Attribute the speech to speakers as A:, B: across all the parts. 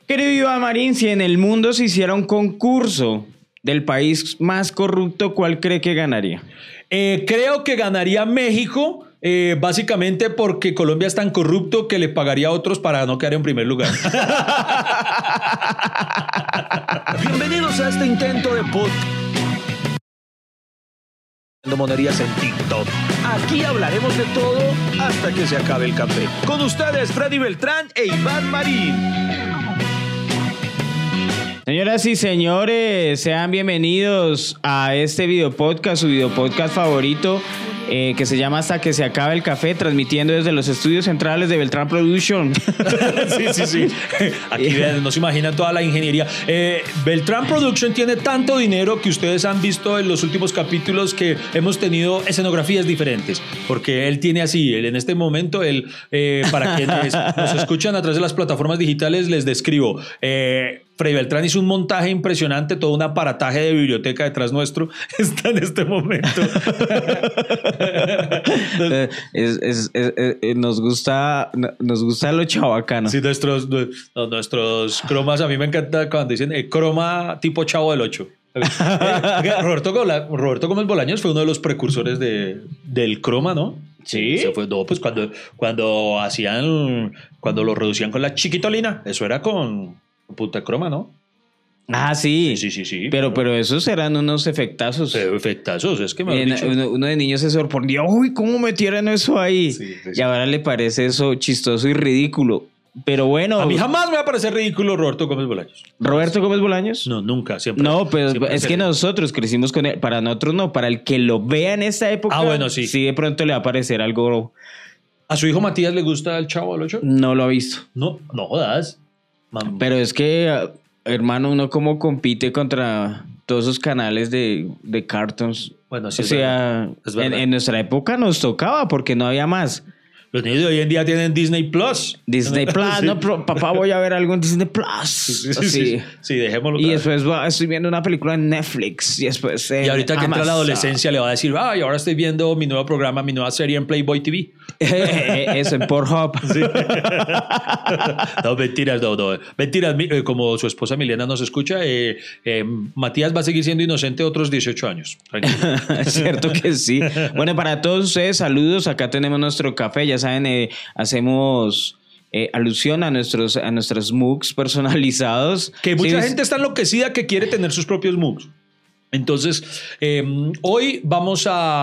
A: Querido Iván Marín, si en el mundo se hiciera un concurso del país más corrupto, ¿cuál cree que ganaría?
B: Creo que ganaría México, básicamente porque Colombia es tan corrupto que le pagaría a otros para no quedar en primer lugar.
C: Bienvenidos a este intento de monerías en TikTok. Aquí hablaremos de todo hasta que se acabe el café. Con ustedes, Freddy Beltrán e Iván Marín.
A: Señoras y señores, sean bienvenidos a este videopodcast, su videopodcast favorito, que se llama Hasta que se acabe el café, transmitiendo desde los estudios centrales de Beltrán Production.
B: Sí. Aquí no se imaginan toda la ingeniería. Beltrán Production tiene tanto dinero que ustedes han visto en los últimos capítulos que hemos tenido escenografías diferentes. Porque él tiene así, en este momento, para quienes nos escuchan a través de las plataformas digitales, les describo. Freddy Beltrán hizo un montaje impresionante, todo un aparataje de biblioteca detrás nuestro está en este momento.
A: Nos gusta lo chabacano.
B: Sí, nuestros cromas, a mí me encanta cuando dicen croma tipo Chavo del 8. Roberto Gómez Bolaños fue uno de los precursores del croma, ¿no?
A: Sí.
B: Pues cuando lo reducían con la chiquitolina, eso era con puta croma, ¿no?
A: Ah, sí.
B: Sí.
A: Pero esos eran unos efectazos.
B: Efectazos, es que me han dicho.
A: Uno de niños se sorprendió. Uy, ¿cómo metieron eso ahí?
B: Sí.
A: Y ahora le parece eso chistoso y ridículo. Pero bueno.
B: A mí jamás me va a parecer ridículo Roberto Gómez Bolaños.
A: ¿Roberto Gómez Bolaños?
B: No, nunca, siempre.
A: No, pero
B: siempre
A: es que nosotros crecimos con él. Para nosotros no, para el que lo vea en esta época.
B: Ah, bueno, sí.
A: Sí, de pronto le va a parecer algo.
B: ¿A su hijo Matías le gusta el Chavo del 8?
A: No lo ha visto.
B: No jodas.
A: Pero es que, hermano, uno cómo compite contra todos esos canales de cartoons.
B: Bueno, sí.
A: O sea,
B: es verdad.
A: En nuestra época nos tocaba porque no había más.
B: Los niños de hoy en día tienen Disney Plus.
A: Disney Plus,
B: Sí.
A: no, papá, voy a ver algo en Disney Plus.
B: Sí, dejémoslo.
A: Y después estoy viendo una película en Netflix. Y después.
B: Y ahorita que entra
A: Amazon.
B: la adolescencia le va a decir, ay, ahora estoy viendo mi nuevo programa, mi nueva serie en Playboy TV.
A: Eso en Pornhub.
B: Sí. No, mentiras. Mentiras, como su esposa Milena nos escucha, Matías va a seguir siendo inocente otros 18 años.
A: Es cierto que sí. Bueno, para todos ustedes, saludos. Acá tenemos nuestro café. Ya saben, hacemos alusión a nuestros mugs personalizados.
B: Que mucha gente está enloquecida que quiere tener sus propios mugs. Entonces, hoy vamos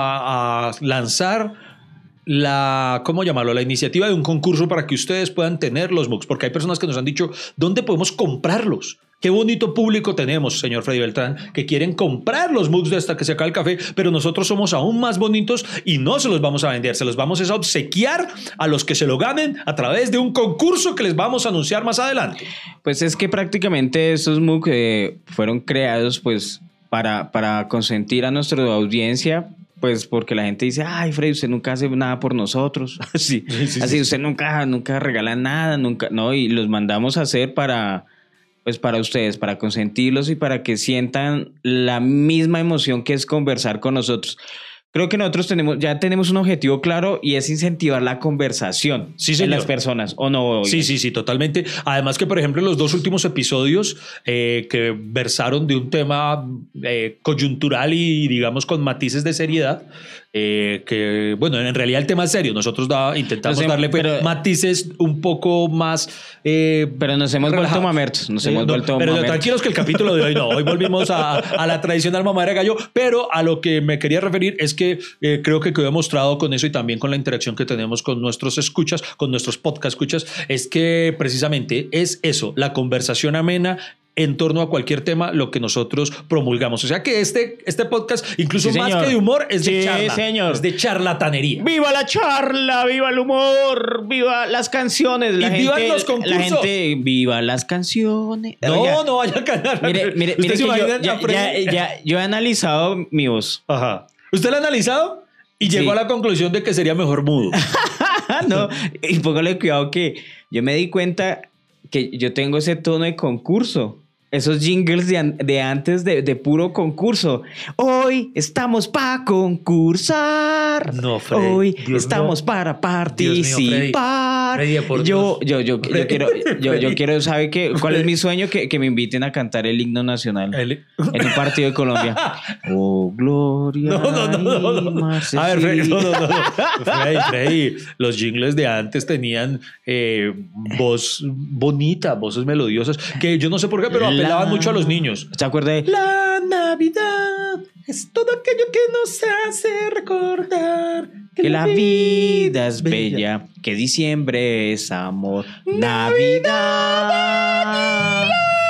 B: a lanzar ¿cómo llamarlo? La iniciativa de un concurso para que ustedes puedan tener los mugs, porque hay personas que nos han dicho, ¿dónde podemos comprarlos? Qué bonito público tenemos, señor Freddy Beltrán, que quieren comprar los mugs de Hasta que se acabe el café, pero nosotros somos aún más bonitos y no se los vamos a vender, se los vamos a obsequiar a los que se lo ganen a través de un concurso que les vamos a anunciar más adelante.
A: Pues es que prácticamente estos mugs fueron creados pues para consentir a nuestra audiencia. Pues porque la gente dice, ay, Freddy, usted nunca hace nada por nosotros. Así, usted nunca regala nada, nunca, ¿no? Y los mandamos a hacer para ustedes, para consentirlos y para que sientan la misma emoción que es conversar con nosotros. Creo que nosotros ya tenemos un objetivo claro y es incentivar la conversación en las personas, ¿o no?
B: Sí, totalmente. Además que, por ejemplo, en los 2 últimos episodios que versaron de un tema coyuntural y, digamos, con matices de seriedad, que, bueno, en realidad el tema es serio. Nosotros intentamos darle matices un poco más...
A: pero nos hemos vuelto mamertos.
B: Pero tranquilos que el capítulo de hoy no. Hoy volvimos a la tradicional mamadera de gallo, pero a lo que me quería referir es que creo que quedó demostrado con eso y también con la interacción que tenemos con nuestros escuchas, con nuestros podcast escuchas, es que precisamente es eso, la conversación amena en torno a cualquier tema, lo que nosotros promulgamos. O sea que este podcast, incluso más que de humor, es de charla.
A: Señor.
B: Es de charlatanería.
A: ¡Viva la charla! ¡Viva el humor! ¡Viva las canciones!
B: ¡Vivan los concursos!
A: La gente, ¡viva las canciones!
B: No vaya a ganar.
A: Mire que yo he analizado mi voz.
B: Ajá. ¿Usted lo ha analizado? Y llegó a la conclusión de que sería mejor mudo.
A: No, y póngale cuidado que yo me di cuenta que yo tengo ese tono de concurso. Esos jingles de antes de puro concurso. Hoy estamos para concursar.
B: No, Freddy.
A: Hoy estamos para participar. jugar. Yo quiero, ¿sabe qué? ¿Cuál es mi sueño? Que me inviten a cantar el himno nacional en un partido de Colombia. Oh, gloria.
B: No. A ver, Freddy, Freddy, los jingles de antes tenían voz bonita, voces melodiosas, que yo no sé por qué, pero apelaban mucho a los niños.
A: ¿Se acuerda de
B: La Navidad es todo aquello que nos hace recordar
A: que la vida es bella, que diciembre es amor, Navidad.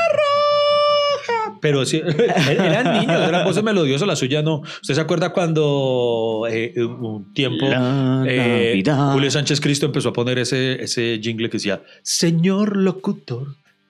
B: Pero sí, eran niños, eran voces melodiosas, la suya no. ¿Usted se acuerda cuando un tiempo Julio Sánchez Cristo empezó a poner ese jingle que decía, señor locutor,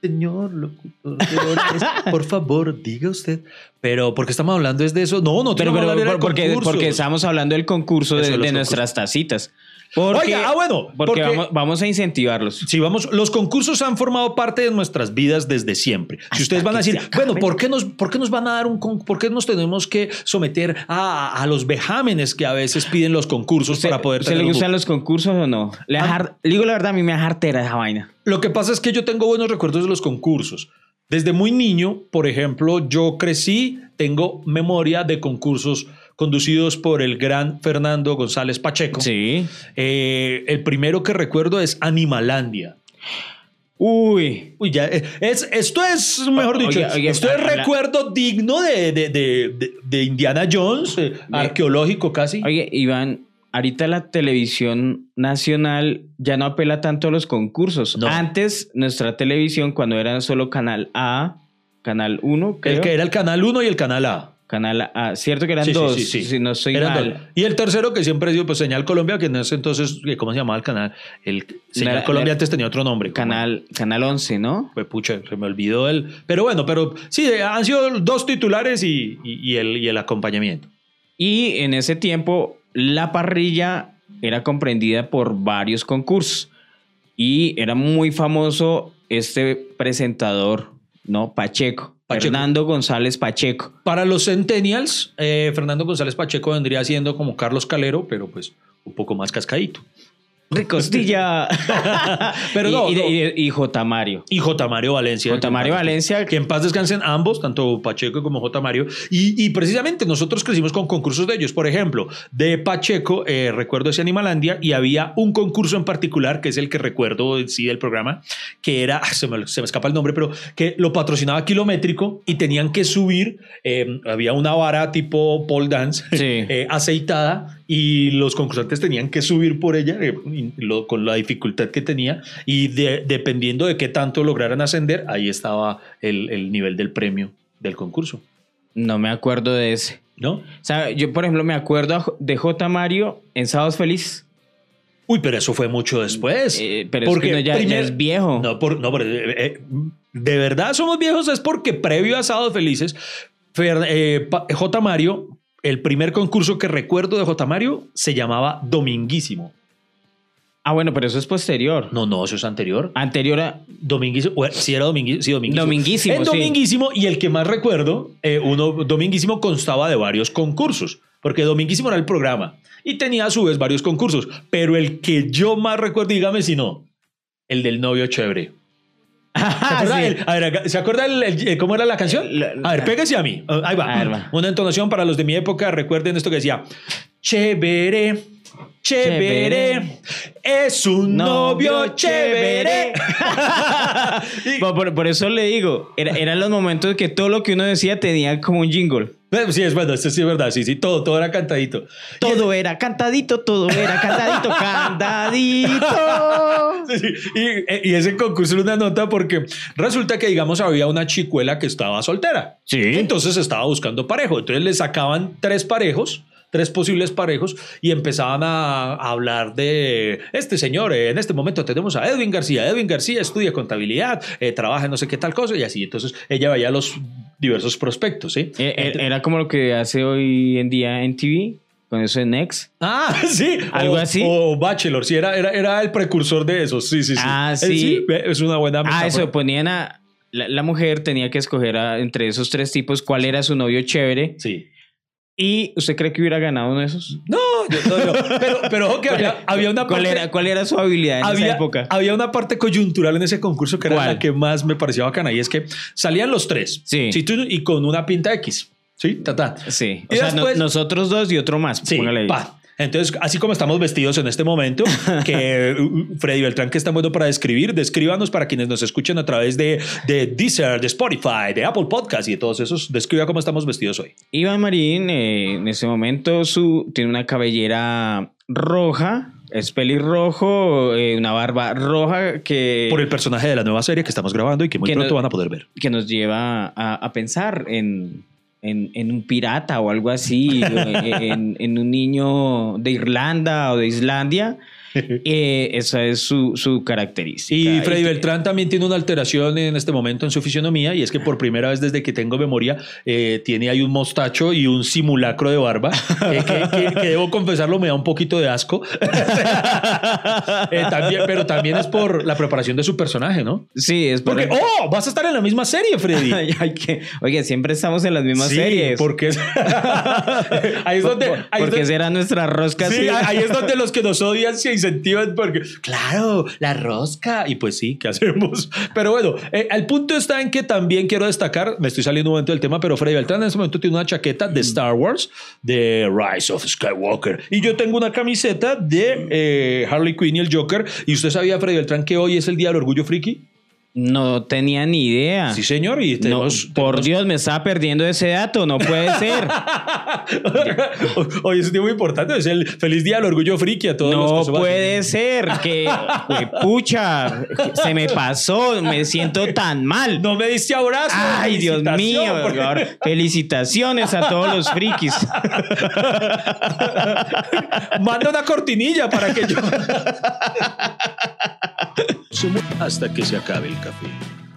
B: por favor, diga usted. Pero, ¿por qué estamos hablando de eso? No,
A: porque estamos hablando del concurso de nuestras tacitas.
B: Oiga,
A: porque vamos a incentivarlos.
B: Sí, los concursos han formado parte de nuestras vidas desde siempre. Si ustedes van a decir, bueno, ¿por qué nos van a dar por qué nos tenemos que someter a los vejámenes que a veces piden los concursos para poder tener?
A: ¿Se le gustan los concursos o no? Le digo la verdad, a mí me da jartera esa vaina.
B: Lo que pasa es que yo tengo buenos recuerdos de los concursos. Desde muy niño, por ejemplo, yo crecí, tengo memoria de concursos conducidos por el gran Fernando González Pacheco.
A: Sí.
B: El primero que recuerdo es Animalandia.
A: Uy,
B: ya. Esto es, mejor dicho, esto es recuerdo digno de Indiana Jones, arqueológico casi.
A: Oye, Iván, ahorita la televisión nacional ya no apela tanto a los concursos. No. Antes, nuestra televisión, cuando era solo Canal A, Canal 1, creo.
B: El que era el Canal 1 y el Canal A.
A: Canal A, cierto que eran dos,
B: sí.
A: Si no estoy
B: eran
A: mal.
B: Dos. Y el tercero que siempre ha sido pues, Señal Colombia, que en ese entonces, ¿cómo se llamaba el canal? El Señal Colombia antes tenía otro nombre.
A: Canal 11, ¿no?
B: Pues pucha, se me olvidó el... Pero bueno, sí, han sido dos titulares y el acompañamiento.
A: Y en ese tiempo, la parrilla era comprendida por varios concursos. Y era muy famoso este presentador, ¿no? Pacheco. Fernando González Pacheco.
B: Para los centennials, Fernando González Pacheco vendría siendo como Carlos Calero, pero pues un poco más cascadito.
A: Ricostilla.
B: Pero
A: y J. Mario.
B: Y J. Mario Valencia.
A: J. Mario Valencia.
B: Que en paz descansen ambos, tanto Pacheco como J. Mario. Y precisamente nosotros crecimos con concursos de ellos. Por ejemplo, de Pacheco, recuerdo ese Animalandia, y había un concurso en particular, que es el que recuerdo sí del programa, que era, se me escapa el nombre, pero que lo patrocinaba Kilométrico y tenían que subir, había una vara tipo pole dance,
A: sí.
B: Aceitada, y los concursantes tenían que subir por ella con la dificultad que tenía, y dependiendo de qué tanto lograran ascender, ahí estaba el nivel del premio del concurso.
A: No me acuerdo de ese.
B: ¿No?
A: O sea, yo, por ejemplo, me acuerdo de J. Mario en Sábados Felices.
B: Uy, pero eso fue mucho después.
A: Pero porque es que ya es viejo.
B: De verdad somos viejos, es porque previo a Sábados Felices, J. Mario, el primer concurso que recuerdo de J. Mario se llamaba Dominguísimo.
A: Ah, bueno, pero eso es posterior.
B: No, eso es anterior.
A: Anterior a...
B: Dominguísimo. Sí, era Dominguísimo.
A: Dominguísimo,
B: en Dominguísimo, sí. Y el que más recuerdo, Dominguísimo constaba de varios concursos, porque Dominguísimo era el programa y tenía a su vez varios concursos, pero el que yo más recuerdo, dígame si no, el del novio chévere. ¿Se acuerda cómo era la canción? A ver, pégase a mí. Ahí va. Una entonación para los de mi época. Recuerden esto que decía: chévere, chévere, es un novio chévere.
A: Por eso le digo, eran los momentos que todo lo que uno decía tenía como un jingle.
B: Sí, es verdad, sí es verdad. Sí, todo era cantadito.
A: Todo era cantadito, cantadito.
B: Sí. Y ese concurso era una nota porque resulta que, digamos, había una chicuela que estaba soltera.
A: Sí.
B: Entonces estaba buscando parejo. Entonces le sacaban tres posibles parejos, y empezaban a hablar de este señor. En este momento tenemos a Edwin García. Edwin García estudia contabilidad, trabaja en no sé qué tal cosa, y así. Entonces ella veía los diversos prospectos, ¿sí?
A: Era como lo que hace hoy en día en TV, con eso de Next.
B: Ah, sí.
A: Algo así.
B: O Bachelor, sí, era el precursor de eso. Sí.
A: Ah, sí.
B: Es una buena metáfora.
A: Eso, ponían a... La mujer tenía que escoger entre esos tres tipos cuál era su novio chévere.
B: Sí.
A: ¿Y usted cree que hubiera ganado uno de esos?
B: No, pero ojo que había una parte...
A: ¿Cuál era su habilidad en esa época?
B: Había una parte coyuntural en ese concurso que era
A: ¿Cuál?
B: la que más me parecía bacana, y es que salían los tres,
A: Sí.
B: y con una pinta X, ¿sí?
A: Sí,
B: Y después,
A: nosotros dos y otro más.
B: sí,
A: Póngale ahí.
B: Entonces, así como estamos vestidos en este momento, que Freddy Beltrán, que es tan bueno para describir, descríbanos para quienes nos escuchen a través de Deezer, de Spotify, de Apple Podcast y de todos esos, describa cómo estamos vestidos hoy.
A: Iván Marín, en ese momento, tiene una cabellera roja, es pelirrojo, una barba roja que...
B: Por el personaje de la nueva serie que estamos grabando y que muy pronto van a poder ver.
A: Que nos lleva a pensar en un pirata o algo así, en un niño de Irlanda o de Islandia. Esa es su característica.
B: Y Freddy Beltrán también tiene una alteración en este momento en su fisionomía, y es que por primera vez desde que tengo memoria tiene ahí un mostacho y un simulacro de barba que debo confesarlo, me da un poquito de asco. Pero también es por la preparación de su personaje, ¿no?
A: Sí, es
B: porque vas a estar en la misma serie, Freddy.
A: Oye, siempre estamos en las mismas series.
B: Porque ahí es donde
A: porque será nuestra rosca.
B: Sí, ahí es donde los que nos odian se incentivan porque, claro, la rosca. Y pues sí, ¿qué hacemos? Pero bueno, el punto está en que también quiero destacar, me estoy saliendo un momento del tema, pero Freddy Beltrán en ese momento tiene una chaqueta de Star Wars, de Rise of Skywalker. Y yo tengo una camiseta de Harley Quinn y el Joker. ¿Y usted sabía, Freddy Beltrán, que hoy es el Día del Orgullo Friki?
A: No tenía ni idea.
B: Sí, señor. Y
A: por Dios, me estaba perdiendo ese dato. No puede ser.
B: Hoy es un día muy importante. Es el feliz Día del Orgullo Friki a todos los que
A: No puede ser. Que, pucha, se me pasó. Me siento tan mal.
B: No me diste abrazo.
A: Ay, Dios mío.
B: Porque...
A: Felicitaciones a todos los frikis.
B: Manda una cortinilla para que yo...
C: Hasta que se acabe el café.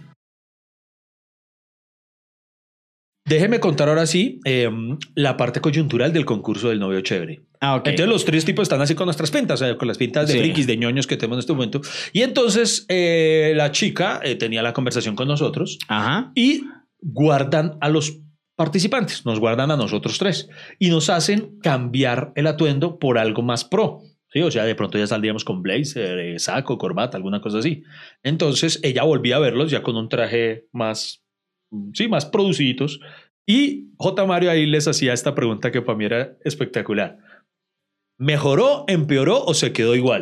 B: Déjeme contar ahora sí la parte coyuntural del concurso del novio chévere.
A: Okay.
B: Entonces los tres tipos están así con nuestras pintas, con las pintas de frikis, de ñoños que tenemos en este momento. Y entonces la chica tenía la conversación con nosotros.
A: Ajá.
B: Y guardan a los participantes, nos guardan a nosotros tres y nos hacen cambiar el atuendo por algo más pro. Sí, o sea, de pronto ya saldríamos con blazer, saco, corbata, alguna cosa así. Entonces ella volvía a verlos ya con un traje más producidos. Y J. Mario ahí les hacía esta pregunta que para mí era espectacular. ¿Mejoró, empeoró o se quedó igual?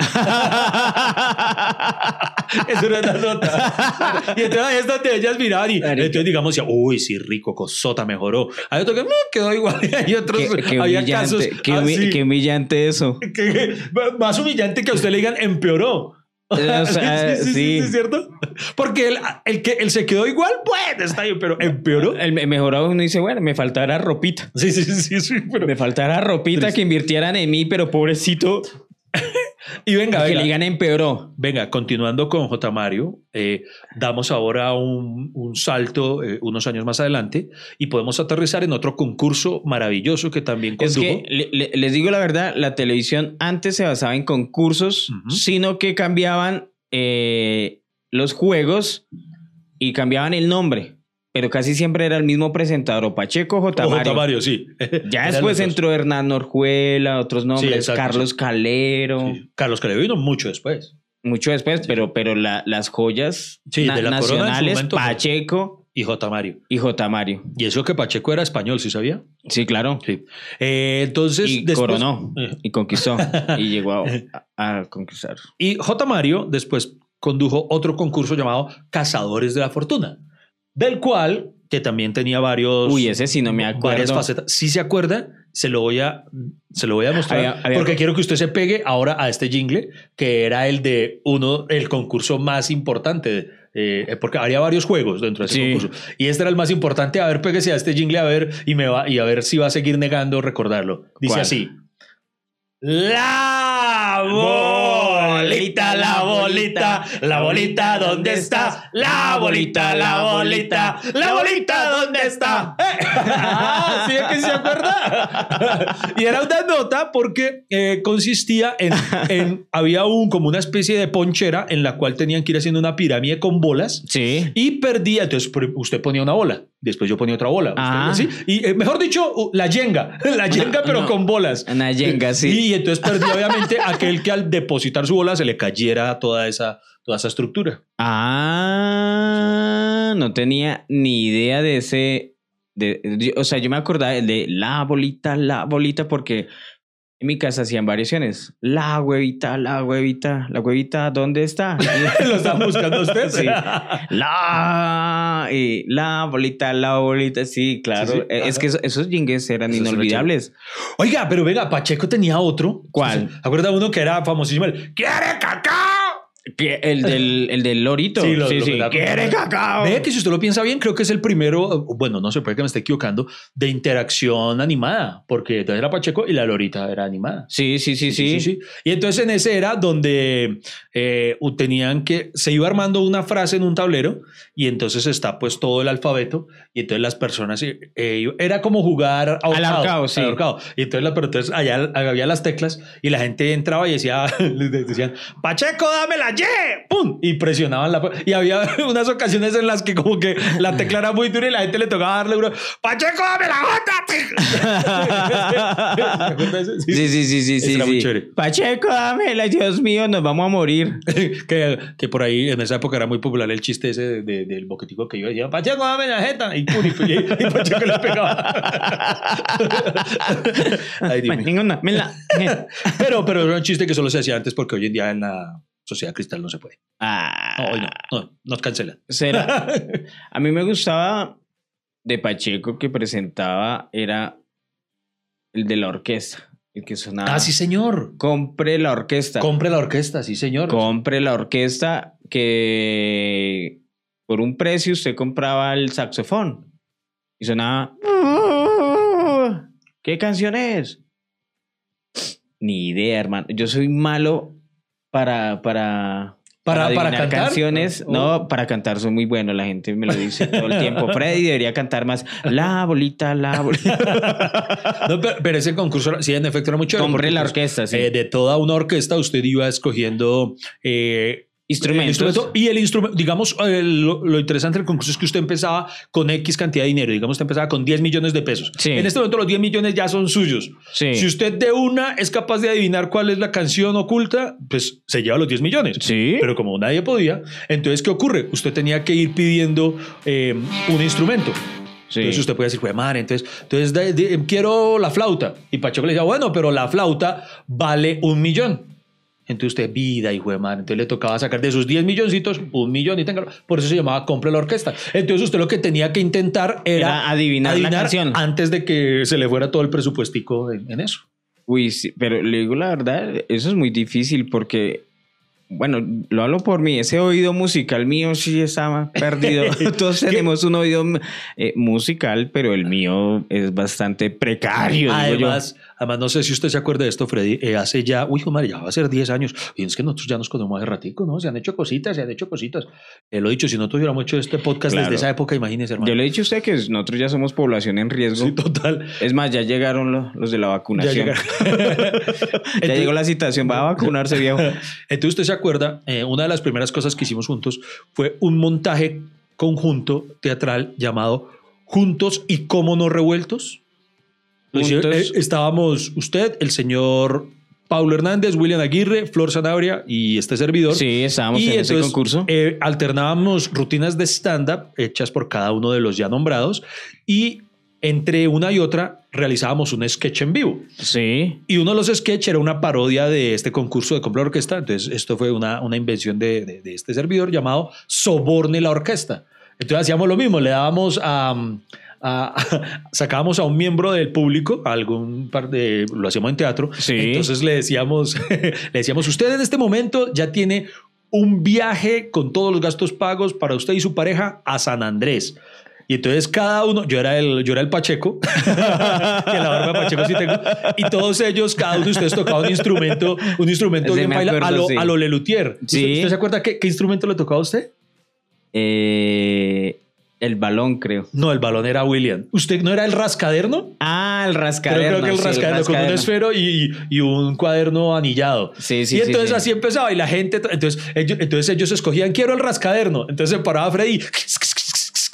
B: Eso era una nota. Y entonces ahí es donde ellas miraban y entonces digamos, uy, sí, rico, cosota, mejoró. Hay otro que quedó igual. Y otros, había casos.
A: Qué humillante eso.
B: Más humillante que a usted le digan empeoró.
A: O sea,
B: sí, ¿es cierto? Porque él se quedó igual, bueno, está bien, pero empeoró.
A: El mejorado uno dice, bueno, me faltará ropita.
B: Sí, pero...
A: Me faltará ropita que invirtieran en mí, pero pobrecito.
B: Y venga.
A: Que le digan empeoró.
B: Venga, continuando con J. Mario, damos ahora un salto unos años más adelante y podemos aterrizar en otro concurso maravilloso que también condujo.
A: Es que les digo la verdad, la televisión antes se basaba en concursos, sino que cambiaban los juegos y cambiaban el nombre. Pero casi siempre era el mismo presentador, o Pacheco o J. Mario.
B: J. Mario, sí.
A: Ya después entró Hernán Orjuela, otros nombres, sí, exacto, Carlos Calero.
B: Sí. Carlos Calero vino mucho después.
A: Mucho después, sí. pero las joyas
B: de la
A: nacionales,
B: momento,
A: Pacheco
B: y J. Mario.
A: Y
B: eso que Pacheco era español, ¿sí sabía?
A: Sí, claro.
B: Sí. Entonces,
A: y después, coronó, y conquistó, y llegó a conquistar.
B: Y J. Mario después condujo otro concurso llamado Cazadores de la Fortuna, del cual, que también tenía varios...
A: Uy, ese sí no me acuerdo.
B: Varias facetas. ¿Sí se acuerda? Se lo voy a mostrar. Porque quiero que usted se pegue ahora a este jingle, que era el concurso más importante. Porque había varios juegos dentro de ese concurso. Y este era el más importante. A ver, péguese a este jingle y a ver si va a seguir negando recordarlo. Dice
A: ¿cuál?
B: Así. La bolita, la bolita, ¿dónde está? La bolita, ¿dónde está? ¿Sí es que se acuerda? Y era una nota porque consistía en había como una especie de ponchera en la cual tenían que ir haciendo una pirámide con bolas.
A: Sí.
B: Y perdía, entonces usted ponía una bola. después yo ponía otra bola. ¿Sí? Y mejor dicho, la yenga, pero con bolas.
A: Una yenga, sí.
B: Y entonces perdía obviamente aquel que al depositar su bola se le cayera toda esa estructura.
A: No tenía ni idea de ese. O sea, yo me acordaba de la bolita, porque en mi casa hacían variaciones. La huevita, ¿dónde está?
B: ¿Lo estaban buscando ustedes?
A: Sí. La bolita, sí, claro. Sí. Es que esos jingues eran inolvidables.
B: Oiga, pero venga, Pacheco tenía otro.
A: ¿Cuál?
B: ¿Acuerda uno que era famosísimo? ¿Quiere cacao?
A: El del lorito.
B: Sí.
A: ¿Quiere cacao?
B: Ve que si usted lo piensa bien, creo que es el primero, bueno, no sé, puede que me esté equivocando, de interacción animada, porque entonces era Pacheco y la lorita era animada.
A: Sí.
B: Y entonces en ese era donde tenían que, se iba armando una frase en un tablero y entonces está pues todo el alfabeto y entonces las personas, era como jugar
A: al ahorcado, sí.
B: Y entonces allá había las teclas y la gente entraba y decían, Pacheco, dame la Y, ¡pum! Y presionaban y había unas ocasiones en las que como que la tecla era muy dura y la gente le tocaba darle uno, Pacheco, dame la J.
A: Sí.
B: Era muy chévere.
A: Pacheco, dámela, Dios mío, nos vamos a morir.
B: que por ahí en esa época era muy popular el chiste ese del boquetico que yo decía, Pacheco, dame la jeta. Y Pacheco le pegaba. Ay,
A: ninguna.
B: Pero era un chiste que solo se hacía antes porque hoy en día en la sociedad cristal no se puede. No, hoy no, nos cancelan.
A: ¿Será? A mí me gustaba de Pacheco que presentaba, era el de la orquesta, el que sonaba.
B: Sí, señor.
A: Compre la orquesta,
B: sí, señor.
A: Compre la orquesta, que por un precio usted compraba el saxofón y sonaba. ¿Qué canción es? Ni idea, hermano. Yo soy malo para
B: cantar
A: canciones. No, para cantar soy muy bueno. La gente me lo dice todo el tiempo. Freddy debería cantar más. La bolita. No,
B: pero ese concurso, sí, en efecto era muy chévere.
A: Compré la orquesta, sí.
B: De toda una orquesta usted iba escogiendo
A: instrumentos.
B: Y el instrumento, digamos, lo interesante del concurso es que usted empezaba con X cantidad de dinero. Digamos, usted empezaba con 10 millones de pesos.
A: Sí.
B: En este momento los 10 millones ya son suyos.
A: Sí.
B: Si usted de una es capaz de adivinar cuál es la canción oculta, pues se lleva los 10 millones.
A: Sí.
B: Pero como nadie podía, entonces, ¿qué ocurre? Usted tenía que ir pidiendo un instrumento. Sí. Entonces usted puede decir, pues madre, entonces quiero la flauta. Y Pacheco le decía, bueno, pero la flauta vale 1 millón. Entonces usted, vida, hijo de madre. Entonces le tocaba sacar de sus 10 milloncitos 1 millón y téngalo. Por eso se llamaba Compre la Orquesta. Entonces usted lo que tenía que intentar era
A: adivinar la canción
B: antes de que se le fuera todo el presupuestico en eso.
A: Uy, sí, pero le digo la verdad, eso es muy difícil porque, bueno, lo hablo por mí, ese oído musical mío sí estaba perdido. Todos tenemos un oído musical, pero el mío es bastante precario.
B: Además, no sé si usted se acuerda de esto, Freddy, hace ya, madre, ya va a ser 10 años. Y es que nosotros ya nos conocemos hace ratico, ¿no? Se han hecho cositas. Lo he dicho, si nosotros hubiéramos hecho este podcast desde esa época, imagínese, hermano.
A: Yo le he dicho a usted que nosotros ya somos población en riesgo.
B: Sí, total.
A: Es más, ya llegaron los de la vacunación. Ya llegó la citación, va a vacunarse, viejo.
B: Entonces usted se acuerda, una de las primeras cosas que hicimos juntos fue un montaje conjunto teatral llamado Juntos y Cómo No Revueltos. Estábamos usted, el señor Paulo Hernández, William Aguirre, Flor Sanabria y este servidor.
A: Sí, estábamos en ese concurso.
B: Alternábamos rutinas de stand-up hechas por cada uno de los ya nombrados y entre una y otra realizábamos un sketch en vivo. Sí. Y uno de los sketches era una parodia de este concurso de Compra la Orquesta. Entonces esto fue una invención de este servidor llamado Soborne la Orquesta. Entonces hacíamos lo mismo, le dábamos sacábamos a un miembro del público, lo hacíamos en teatro. Sí. Entonces le decíamos, usted en este momento ya tiene un viaje con todos los gastos pagos para usted y su pareja a San Andrés. Y entonces cada uno, yo era el Pacheco, que la barba de Pacheco sí tengo, y todos ellos, cada uno de ustedes tocaba un instrumento bien baila a lo Lelutier.
A: Sí.
B: ¿Usted se acuerda qué instrumento le tocaba a usted?
A: El balón, creo.
B: No, el balón era William. ¿Usted no era el rascaderno?
A: El rascaderno.
B: Creo que el rascaderno con un esfero y un cuaderno anillado.
A: Sí.
B: Y entonces así empezaba y la gente, entonces ellos escogían, quiero el rascaderno. Entonces se paraba Freddy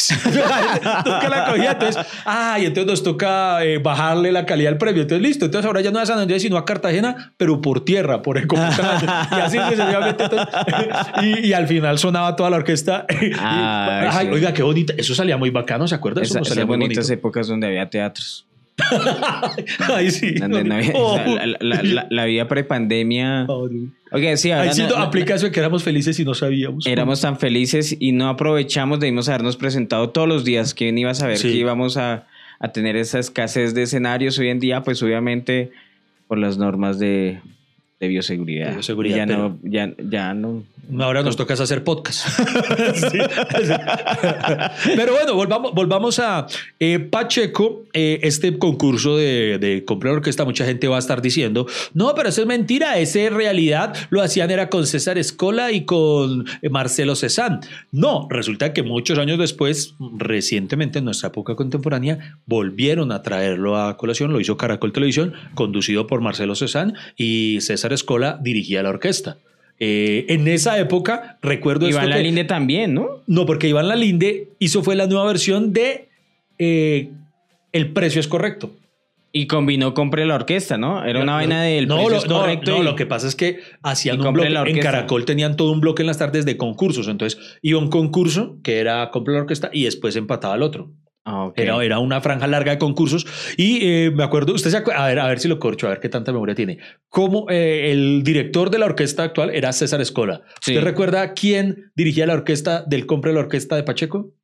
B: Nunca la cogía. Entonces, y entonces nos toca bajarle la calidad al premio. Entonces, listo. Entonces, ahora ya no a San Andrés, sino a Cartagena, pero por tierra, por Ecopetrán. Y así sucesivamente. Y al final sonaba toda la orquesta.
A: Sí.
B: Oiga, qué bonita. Eso salía muy bacano, ¿se acuerda? Eso
A: Esas
B: salía muy
A: bonitas
B: bonito.
A: épocas donde había teatros.
B: Ay, sí.
A: Donde no había, la vida prepandemia. Oiga, sí, ahora
B: Ahí sí aplica eso de que éramos felices y no sabíamos.
A: Éramos tan felices y no aprovechamos, debimos habernos presentado todos los días. ¿Quién iba a saber que íbamos a tener esa escasez de escenarios hoy en día? Pues obviamente por las normas de bioseguridad. Ya no.
B: Ahora nos toca hacer podcast. Sí. Pero bueno, volvamos a Pacheco. Este concurso de comprar orquesta, mucha gente va a estar diciendo, no, pero eso es mentira, ese en realidad lo hacían era con César Escola y con Marcelo Cezanne. No, resulta que muchos años después, recientemente en nuestra época contemporánea, volvieron a traerlo a colación, lo hizo Caracol Televisión, conducido por Marcelo Cezanne, y César Escola dirigía la orquesta. En esa época, recuerdo
A: Iván Lalinde también, ¿no?
B: No, porque Iván Lalinde fue la nueva versión de El precio es correcto.
A: Y combinó Compre la Orquesta, ¿no? Era una vaina del precio es correcto.
B: No, lo que pasa es que hacían un bloque. En Caracol tenían todo un bloque en las tardes de concursos. Entonces iba un concurso que era Compre la Orquesta y después empataba al otro.
A: Okay.
B: Era una franja larga de concursos y me acuerdo, usted se acuerda, a ver si lo corcho, a ver qué tanta memoria tiene. Como el director de la orquesta actual era César Escola.
A: Sí.
B: ¿Usted recuerda quién dirigía la orquesta del Compre la Orquesta de Pacheco?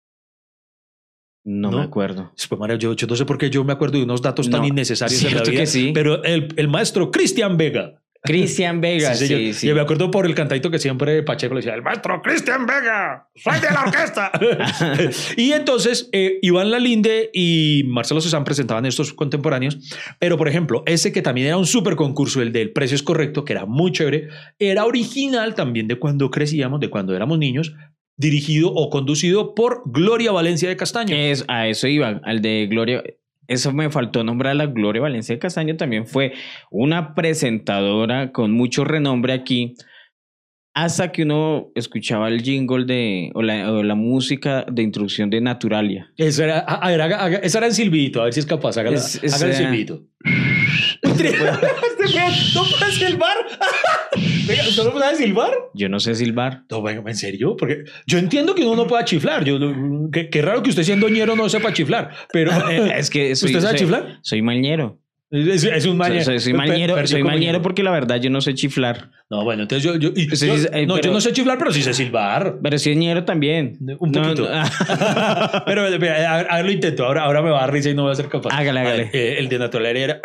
A: No me acuerdo.
B: Pues, María, yo no sé por qué yo me acuerdo de unos datos tan innecesarios en la vida.
A: Que sí.
B: Pero el maestro Cristian Vega.
A: Cristian Vega, sí.
B: Yo me acuerdo por el cantadito que siempre Pacheco le decía, el maestro Cristian Vega, soy de la orquesta. Y entonces Iván Lalinde y Marcelo Cezanne presentaban estos contemporáneos, pero por ejemplo, ese que también era un súper concurso, el del precio es correcto, que era muy chévere, era original también de cuando crecíamos, de cuando éramos niños, dirigido o conducido por Gloria Valencia de Castaño.
A: A eso iba, al de Gloria. Eso me faltó nombrar a la Gloria Valencia de Castaño. También fue una presentadora con mucho renombre aquí, hasta que uno escuchaba el jingle o la música de introducción de Naturalia.
B: Eso era en silbito, a ver si es capaz. Hágale el silbito. ¿No puedes silbar? ¿Usted no puede silbar?
A: Yo no sé silbar.
B: No, venga, ¿en serio? Porque yo entiendo que uno no pueda chiflar. Qué raro que usted siendo ñero no sepa chiflar. Pero
A: es que
B: ¿usted sabe chiflar?
A: Soy mañero.
B: Es un mañero.
A: Soy mañero porque la verdad yo no sé chiflar.
B: No, bueno, entonces yo no sé chiflar, pero sí sé silbar.
A: Pero sí es ñero también.
B: Un poquito. Pero a ver, lo intento. Ahora me va a dar risa y no voy a ser capaz.
A: Hágale.
B: El de Naturalia era...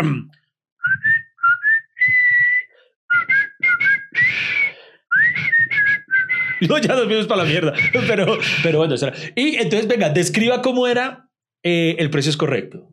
B: No, ya nos vimos para la mierda. Pero bueno, será. Y entonces, venga, describa cómo era el precio es correcto.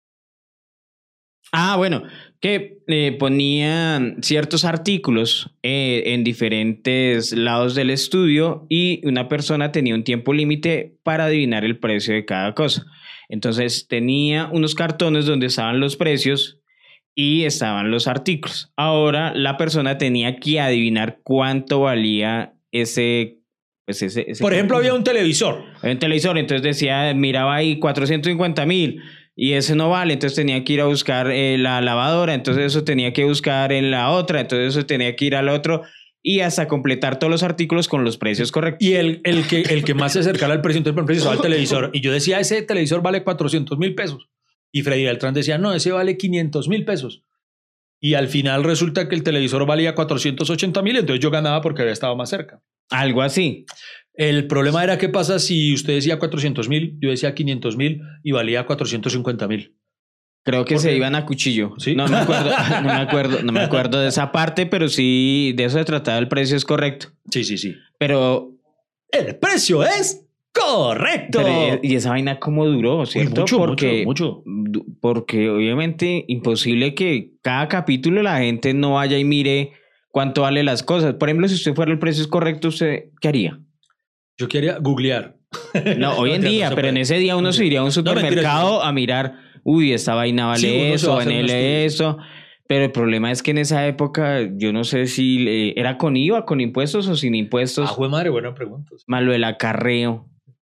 A: Bueno, que ponían ciertos artículos en diferentes lados del estudio y una persona tenía un tiempo límite para adivinar el precio de cada cosa. Entonces tenía unos cartones donde estaban los precios y estaban los artículos. Ahora la persona tenía que adivinar cuánto valía ese
B: Por ejemplo, había un televisor.
A: Entonces decía, miraba ahí 450,000 y ese no vale, entonces tenía que ir a buscar la lavadora, entonces eso tenía que buscar en la otra, entonces eso tenía que ir al otro y hasta completar todos los artículos con los precios correctos.
B: Y el que más se acercara al precio, entonces por ejemplo, el televisor, y yo decía, ese televisor vale 400,000 pesos. Y Freddy Beltrán decía, no, ese vale 500,000 pesos. Y al final resulta que el televisor valía 480,000, entonces yo ganaba porque había estado más cerca.
A: Algo así.
B: El problema era qué pasa si usted decía 400,000, yo decía 500,000 y valía 450,000.
A: Creo que se iban a cuchillo.
B: ¿Sí?
A: No me acuerdo de esa parte, pero sí, de eso se trataba, el precio es correcto.
B: Sí.
A: Pero
B: el precio es correcto.
A: Y esa vaina cómo duró, ¿cierto?
B: Mucho.
A: Porque obviamente imposible que cada capítulo la gente no vaya y mire cuánto vale las cosas. Por ejemplo, si usted fuera el precio es correcto, ¿usted qué haría?
B: Yo quería googlear.
A: No, hoy en día, pero en ese día uno se iría a un supermercado a mirar, uy, esta vaina vale eso, vale eso. Pero el problema es que en esa época, yo no sé si era con IVA, con impuestos o sin impuestos.
B: Jue madre, buena pregunta.
A: Más lo del acarreo.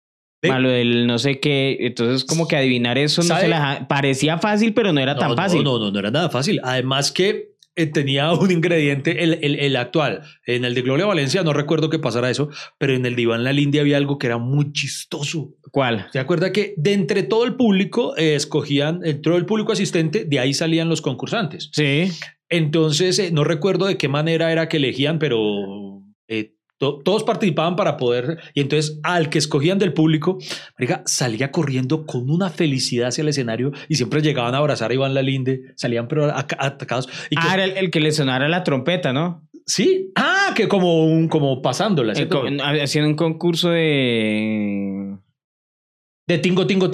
A: Más lo del no sé qué. Entonces, como que adivinar eso no se la parecía fácil, pero no era tan fácil.
B: No era nada fácil. Además que tenía un ingrediente, el actual. En el de Gloria Valencia no recuerdo que pasara eso, pero en el de Iván Lalinde había algo que era muy chistoso.
A: ¿Cuál?
B: ¿Se acuerda que de entre todo el público escogían, todo el público asistente, de ahí salían los concursantes?
A: Sí.
B: Entonces, no recuerdo de qué manera era que elegían, pero todos participaban para poder, y entonces al que escogían del público, marica, salía corriendo con una felicidad hacia el escenario y siempre llegaban a abrazar a Iván Lalinde, salían pero atacados. Y
A: era el que le sonara la trompeta, ¿no?
B: Sí, que como pasándola.
A: Haciendo un concurso de
B: tingo, tango.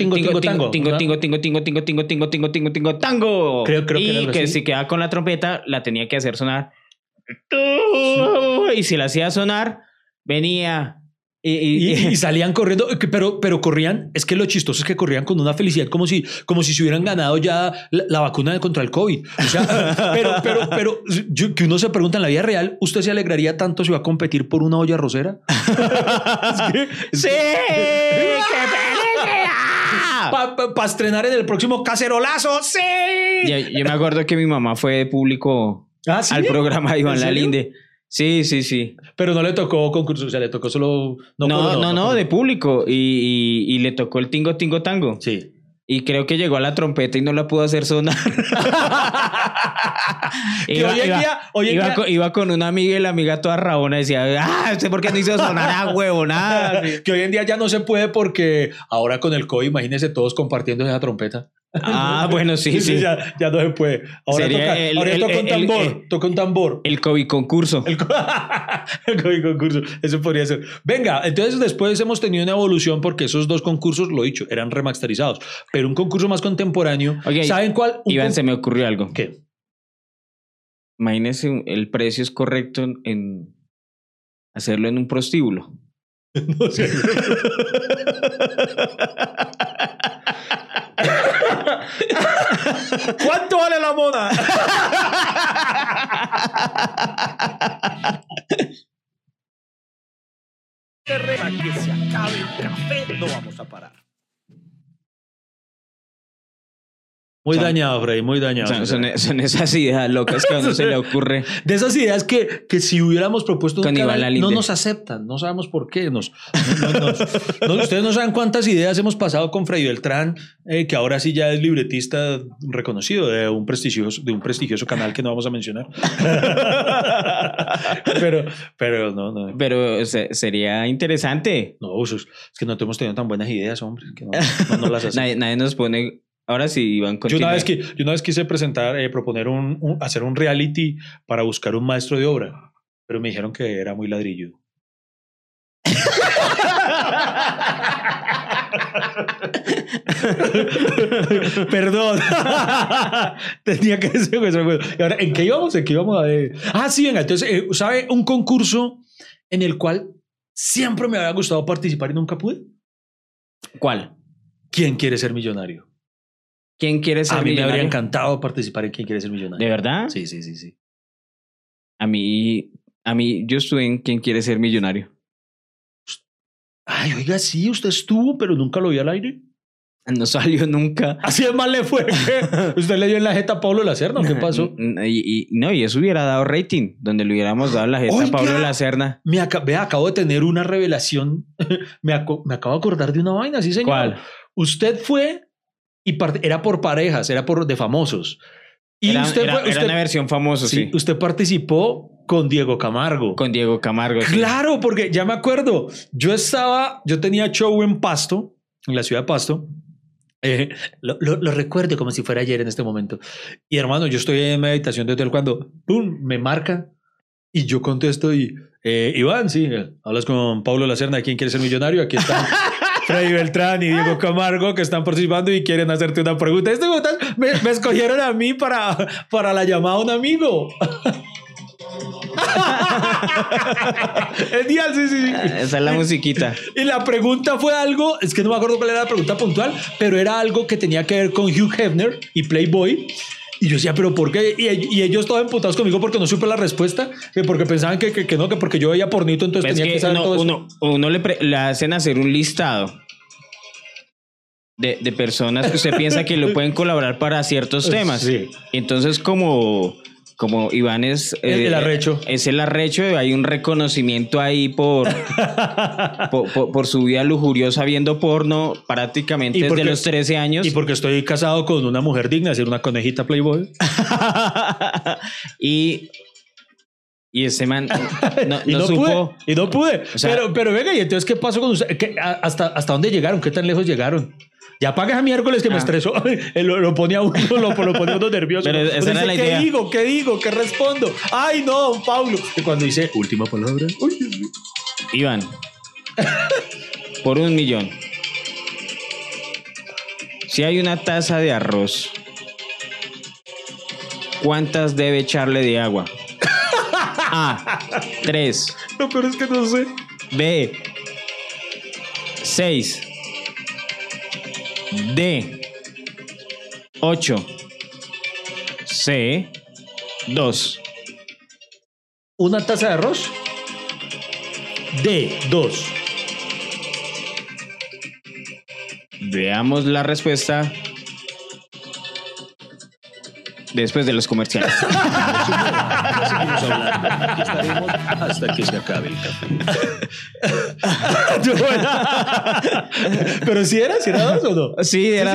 B: Creo que
A: y
B: era
A: que
B: así.
A: si quedaba con la trompeta, la tenía que hacer sonar. Y si la hacía sonar, venía.
B: Y salían corriendo, pero corrían, es que lo chistoso es que corrían con una felicidad como si se hubieran ganado ya la vacuna contra el COVID. O sea, pero que uno se pregunta en la vida real, ¿usted se alegraría tanto si va a competir por una olla arrocera?
A: ¡Sí! ¡Qué felicidad!
B: Para estrenar en el próximo Cacerolazo, ¡sí!
A: Yo me acuerdo que mi mamá fue de público al programa de Iván Lalinde. Sí.
B: Pero no le tocó concurso, o sea, le tocó solo...
A: No, de público. Y le tocó el tingo, tango.
B: Sí.
A: Y creo que llegó a la trompeta y no la pudo hacer sonar. Iba con una amiga y la amiga toda rabona decía, ¿usted por qué no hizo sonar a huevo? Nada.
B: Que hoy en día ya no se puede porque ahora con el COVID, imagínense todos compartiendo esa trompeta.
A: Bueno, sí.
B: Ya no se puede. Ahora toca un tambor.
A: El COVID concurso.
B: El COVID concurso. Eso podría ser. Venga, entonces después hemos tenido una evolución porque esos dos concursos, lo he dicho, eran remasterizados. Pero un concurso más contemporáneo.
A: Okay.
B: ¿Saben cuál?
A: Iván, se me ocurrió algo.
B: ¿Qué?
A: Imagínese, el precio es correcto en hacerlo en un prostíbulo.
B: No sé. ¿Cuánto vale la mona?
C: Hasta que se acabe el café, no vamos a parar.
B: Muy dañado, Freddy, muy dañado.
A: Son esas ideas locas que a uno se le ocurre.
B: De esas ideas que si hubiéramos propuesto
A: con Iván Lalinde,
B: no nos aceptan, no sabemos por qué. Ustedes no saben cuántas ideas hemos pasado con Freddy Beltrán, que ahora sí ya es libretista reconocido de un prestigioso canal que no vamos a mencionar. pero no.
A: Pero sería interesante.
B: No, es que no hemos tenido tan buenas ideas, hombre, que no las hacemos.
A: Nadie nos pone. Ahora sí, Iván,
B: yo una vez quise proponer hacer un reality para buscar un maestro de obra, pero me dijeron que era muy ladrillo. Perdón. Tenía que decir eso. Y ahora, ¿en qué íbamos? A ver. Sí, venga. Entonces, ¿sabe un concurso en el cual siempre me había gustado participar y nunca pude?
A: ¿Cuál?
B: ¿Quién quiere ser millonario?
A: ¿Quién quiere ser millonario?
B: A mí me habría encantado participar en ¿Quién quiere ser millonario?
A: ¿De verdad?
B: Sí.
A: A mí, yo estuve en ¿Quién quiere ser millonario?
B: Ay, oiga, sí, usted estuvo, pero nunca lo vio al aire.
A: No salió nunca.
B: Así de mal le fue. ¿Usted le dio en la jeta a Pablo Lacerna? ¿Qué pasó?
A: Y eso hubiera dado rating, donde le hubiéramos dado la jeta a Pablo Lacerna.
B: Acabo de tener una revelación. me acabo de acordar de una vaina, sí, señor.
A: ¿Cuál?
B: Usted fue y era por parejas, era de famosos. Y
A: era
B: usted
A: una versión famosa, sí.
B: Usted participó con Diego Camargo.
A: Sí.
B: Claro, porque ya me acuerdo. Yo tenía show en Pasto, en la ciudad de Pasto. Lo recuerdo como si fuera ayer en este momento. Y hermano, yo estoy en meditación de hotel cuando ¡pum! Me marca y yo contesto y Iván, sí, hablas con Pablo Lacerna, ¿quién quiere ser millonario? Aquí están Freddy Beltrán y Diego Camargo que están participando y quieren hacerte una pregunta. Me escogieron a mí para la llamada a un amigo. El día, sí.
A: Esa es la musiquita.
B: Y la pregunta fue algo, es que no me acuerdo cuál era la pregunta puntual, pero era algo que tenía que ver con Hugh Hefner y Playboy. Y yo decía, ¿pero por qué? Y ellos todos emputados conmigo porque no supe la respuesta, porque pensaban que no, que porque yo veía pornito, entonces tenía que saber todo eso.
A: Uno le hacen hacer un listado de personas que usted piensa que lo pueden colaborar para ciertos temas.
B: Sí.
A: Entonces, como Iván es...
B: El arrecho.
A: Es el arrecho, hay un reconocimiento ahí por su vida lujuriosa viendo porno prácticamente
B: ¿Y
A: desde
B: porque-
A: los 13 años.
B: Y porque estoy casado con una mujer digna de ser una conejita Playboy.
A: y ese man no,
B: Y
A: no
B: no
A: supo...
B: pude. Y no pude.
A: O sea-
B: pero venga, ¿y entonces qué pasó con usted? ¿Hasta dónde llegaron? ¿Qué tan lejos llegaron? Ya paga a miércoles que me estresó. Lo pone a uno, lo pone a uno nervioso.
A: Pero esa
B: Uno
A: era la
B: dice,
A: idea.
B: ¿Qué digo? ¿Qué respondo? Ay, no, Pablo. Y cuando dice última palabra. Uy, Dios mío.
A: Iván, por 1 millón. Si hay una taza de arroz, ¿cuántas debe echarle de agua? A, 3.
B: Lo peor es que no sé.
A: B, 6. D, 8. C, 2.
B: ¿Una taza de arroz? D, 2.
A: Veamos la respuesta después de los comerciales.
C: Seguimos hablando. Aquí estaremos hasta que se acabe el café.
B: ¿Pero si era 2 o no?
A: Sí, era...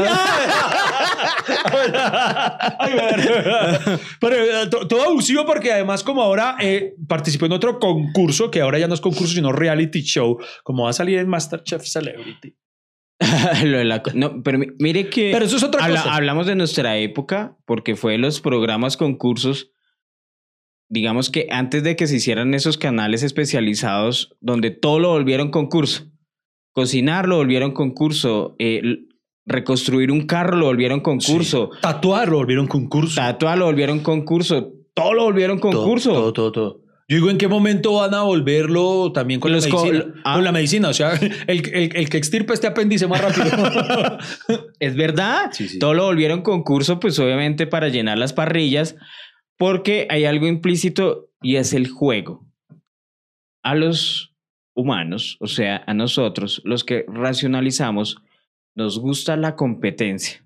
B: Pero todo abusivo porque además como ahora participó en otro concurso, que ahora ya no es concurso sino reality show, como va a salir en MasterChef Celebrity.
A: Lo de no, pero mire que...
B: Pero eso es otra cosa.
A: Hablamos de nuestra época, porque fue los programas concursos, digamos que antes de que se hicieran esos canales especializados, donde todo lo volvieron concurso. Cocinar lo volvieron concurso, reconstruir un carro lo volvieron concurso,
B: Sí. Tatuar lo volvieron concurso.
A: tatuar lo volvieron concurso, todo lo volvieron concurso.
B: Todo. Yo digo, ¿en qué momento van a volverlo también con
A: Los
B: la medicina?
A: ah.
B: Con la medicina, o sea, el que extirpa este apéndice más rápido.
A: ¿Es verdad?
B: Sí.
A: Todo lo volvieron concurso, pues obviamente para llenar las parrillas, porque hay algo implícito y es el juego. A los humanos, o sea, a nosotros, los que racionalizamos, nos gusta la competencia.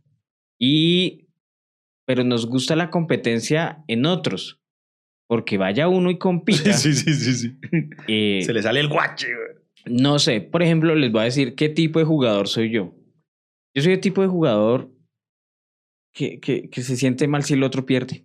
A: Pero nos gusta la competencia en otros. Porque vaya uno y compita.
B: Sí.
C: Se le sale el guache, güey.
A: No sé, por ejemplo, les voy a decir qué tipo de jugador soy yo. Yo soy el tipo de jugador que se siente mal si el otro pierde.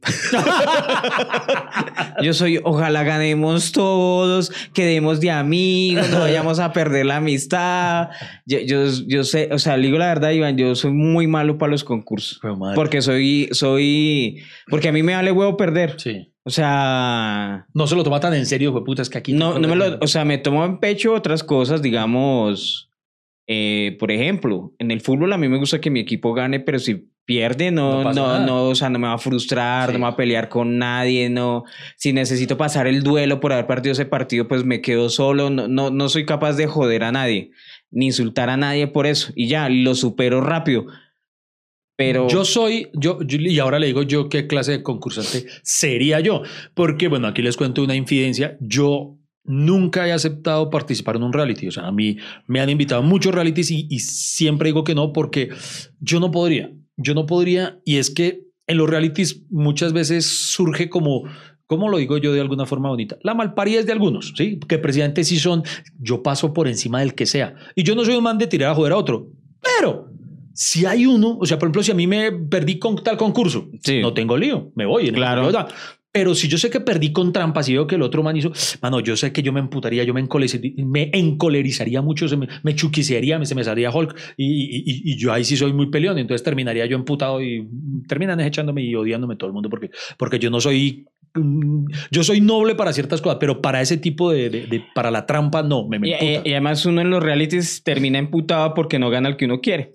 A: Yo soy, ojalá ganemos todos, quedemos de amigos, no vayamos a perder la amistad. Yo sé, o sea, le digo la verdad, Iván, yo soy muy malo para los concursos. Porque porque a mí me vale huevo perder.
B: Sí.
A: O sea...
B: No se lo toma tan en serio, güey, puta, es que aquí...
A: No me lo... O sea, me tomo en pecho otras cosas, digamos... por ejemplo, en el fútbol a mí me gusta que mi equipo gane, pero si pierde, o sea, no me va a frustrar, no me va a pelear con nadie, no. Si necesito pasar el duelo por haber perdido ese partido, pues me quedo solo. No soy capaz de joder a nadie, ni insultar a nadie por eso. Y ya, lo supero rápido. Pero
B: yo y ahora le digo yo qué clase de concursante sería yo, porque bueno, aquí les cuento una infidencia. Yo nunca he aceptado participar en un reality, o sea, a mí me han invitado a muchos realities y siempre digo que no, porque yo no podría, y es que en los realities muchas veces surge como... ¿Cómo lo digo yo de alguna forma bonita? La malparidez de algunos, ¿sí? Que presidente sí son, yo paso por encima del que sea. Y yo no soy un man de tirar a joder a otro, pero si hay uno, o sea, por ejemplo, si a mí me perdí con tal concurso,
A: sí,
B: no tengo lío, me voy.
A: Claro.
B: Pero si yo sé que perdí con trampas y veo que el otro man hizo, mano, yo sé que yo me emputaría, yo me encolerizaría mucho, me chuquisearía, se me salía Hulk y yo ahí sí soy muy peleón, entonces terminaría yo emputado y terminan echándome y odiándome todo el mundo porque yo no soy... Yo soy noble para ciertas cosas, pero para ese tipo para la trampa no, me emputa.
A: Y además uno en los realities termina emputado porque no gana el que uno quiere.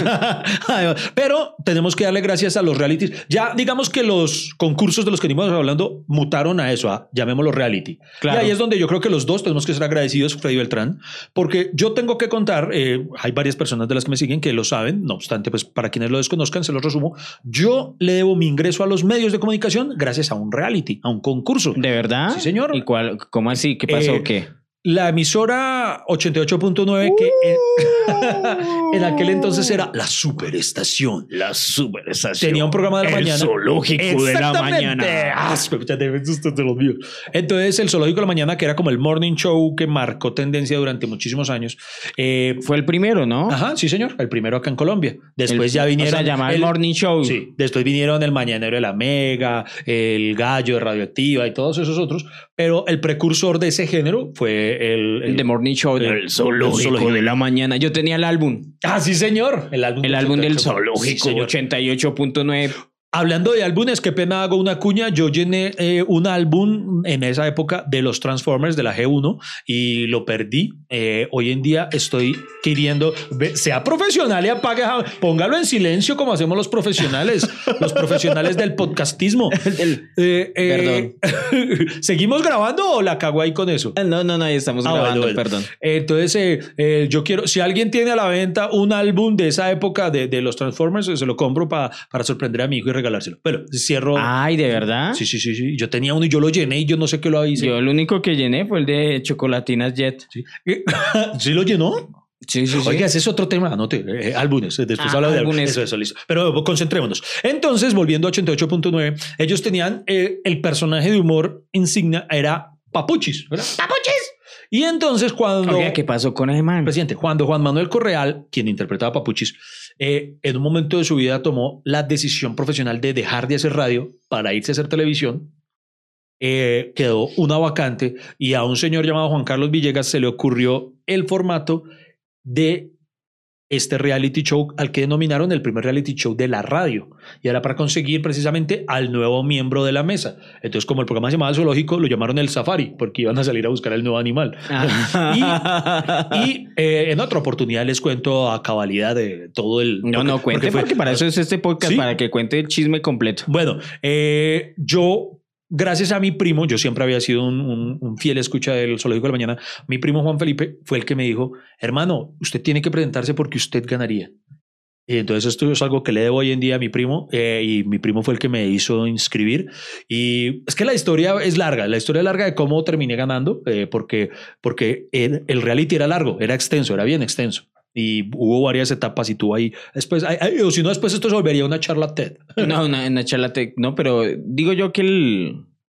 B: Pero tenemos que darle gracias a los realities. Ya digamos que los concursos de los que venimos hablando mutaron a eso, llamémoslo reality.
A: Claro.
B: Y ahí es donde yo creo que los dos tenemos que ser agradecidos, Freddy Beltrán, porque yo tengo que contar, hay varias personas de las que me siguen que lo saben, no obstante, pues para quienes lo desconozcan, se los resumo, yo le debo mi ingreso a los medios de comunicación gracias a un reality, a un concurso.
A: ¿De verdad?
B: Sí, señor.
A: ¿Y cómo así? ¿Qué pasó? ¿Qué?
B: la emisora 88.9 que en aquel entonces era la superestación.
A: La superestación.
B: Tenía un programa de la mañana.
A: El zoológico de la mañana.
B: De los míos. Entonces, el zoológico de la mañana, que era como el morning show que marcó tendencia durante muchísimos años.
A: Fue el primero, ¿no?
B: Ajá, sí, señor. El primero acá en Colombia. Después ya vinieron.
A: O sea, llamaba el morning show.
B: Sí. Después vinieron el Mañanero de la Mega, el Gallo de Radioactiva y todos esos otros. Pero el precursor de ese género fue el
A: The Morning Show del zoológico de la mañana. Yo tenía el álbum.
B: Ah, sí, señor. El álbum
A: del zoológico,
B: sí,
A: 88.9.
B: Hablando de álbumes, qué pena hago una cuña. Yo llené un álbum en esa época de los Transformers de la G1 y lo perdí. Hoy en día estoy queriendo, sea profesional y apague, póngalo en silencio como hacemos los profesionales del podcastismo.
A: Perdón.
B: ¿Seguimos grabando o la cago ahí con eso?
A: No, ahí estamos grabando,
B: bueno.
A: Perdón.
B: Entonces, yo quiero, si alguien tiene a la venta un álbum de esa época de los Transformers, se lo compro para sorprender a mi hijo y regalárselo. Pero cierro.
A: Ay, ¿de verdad?
B: Sí. Yo tenía uno y yo lo llené y yo no sé qué lo hice.
A: Yo el único que llené fue el de Chocolatinas Jet.
B: ¿Sí, ¿Sí lo llenó?
A: Sí.
B: Oiga, ese es otro tema, anote, álbumes, después habla de álbumes. Eso, listo. Pero concentrémonos. Entonces, volviendo a 88.9, ellos tenían el personaje de humor insignia era Papuchis, ¿verdad? ¡Papuchis! Y entonces cuando...
A: Oiga, ¿qué pasó con ese man?
B: Presidente, cuando Juan Manuel Correal, quien interpretaba a Papuchis, en un momento de su vida tomó la decisión profesional de dejar de hacer radio para irse a hacer televisión, quedó una vacante y a un señor llamado Juan Carlos Villegas se le ocurrió el formato de este reality show al que denominaron el primer reality show de la radio, y era para conseguir precisamente al nuevo miembro de la mesa. Entonces, como el programa se llamaba Zoológico, lo llamaron el Safari porque iban a salir a buscar al nuevo animal. Y en otra oportunidad les cuento a cabalidad de todo el...
A: No, cuente porque para eso es este podcast, ¿sí? Para que cuente el chisme completo.
B: Bueno, yo... Gracias a mi primo, yo siempre había sido un fiel escucha del Zoológico de la Mañana, mi primo Juan Felipe fue el que me dijo, hermano, usted tiene que presentarse porque usted ganaría. Y entonces esto es algo que le debo hoy en día a mi primo, y mi primo fue el que me hizo inscribir. Y es que la historia es larga de cómo terminé ganando, porque el reality era largo, era extenso, era bien extenso. Y hubo varias etapas y tú ahí después, o si no, después esto se volvería una charla TED.
A: No, una charla TED, no, pero digo yo que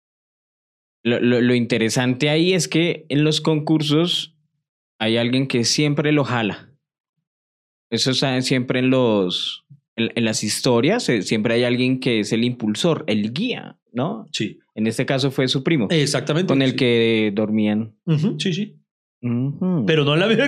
A: lo interesante ahí es que en los concursos hay alguien que siempre lo jala. Eso está siempre en las historias, siempre hay alguien que es el impulsor, el guía, ¿no?
B: Sí.
A: En este caso fue su primo.
B: Exactamente.
A: Con el que dormían.
B: Sí. Pero no en la vida.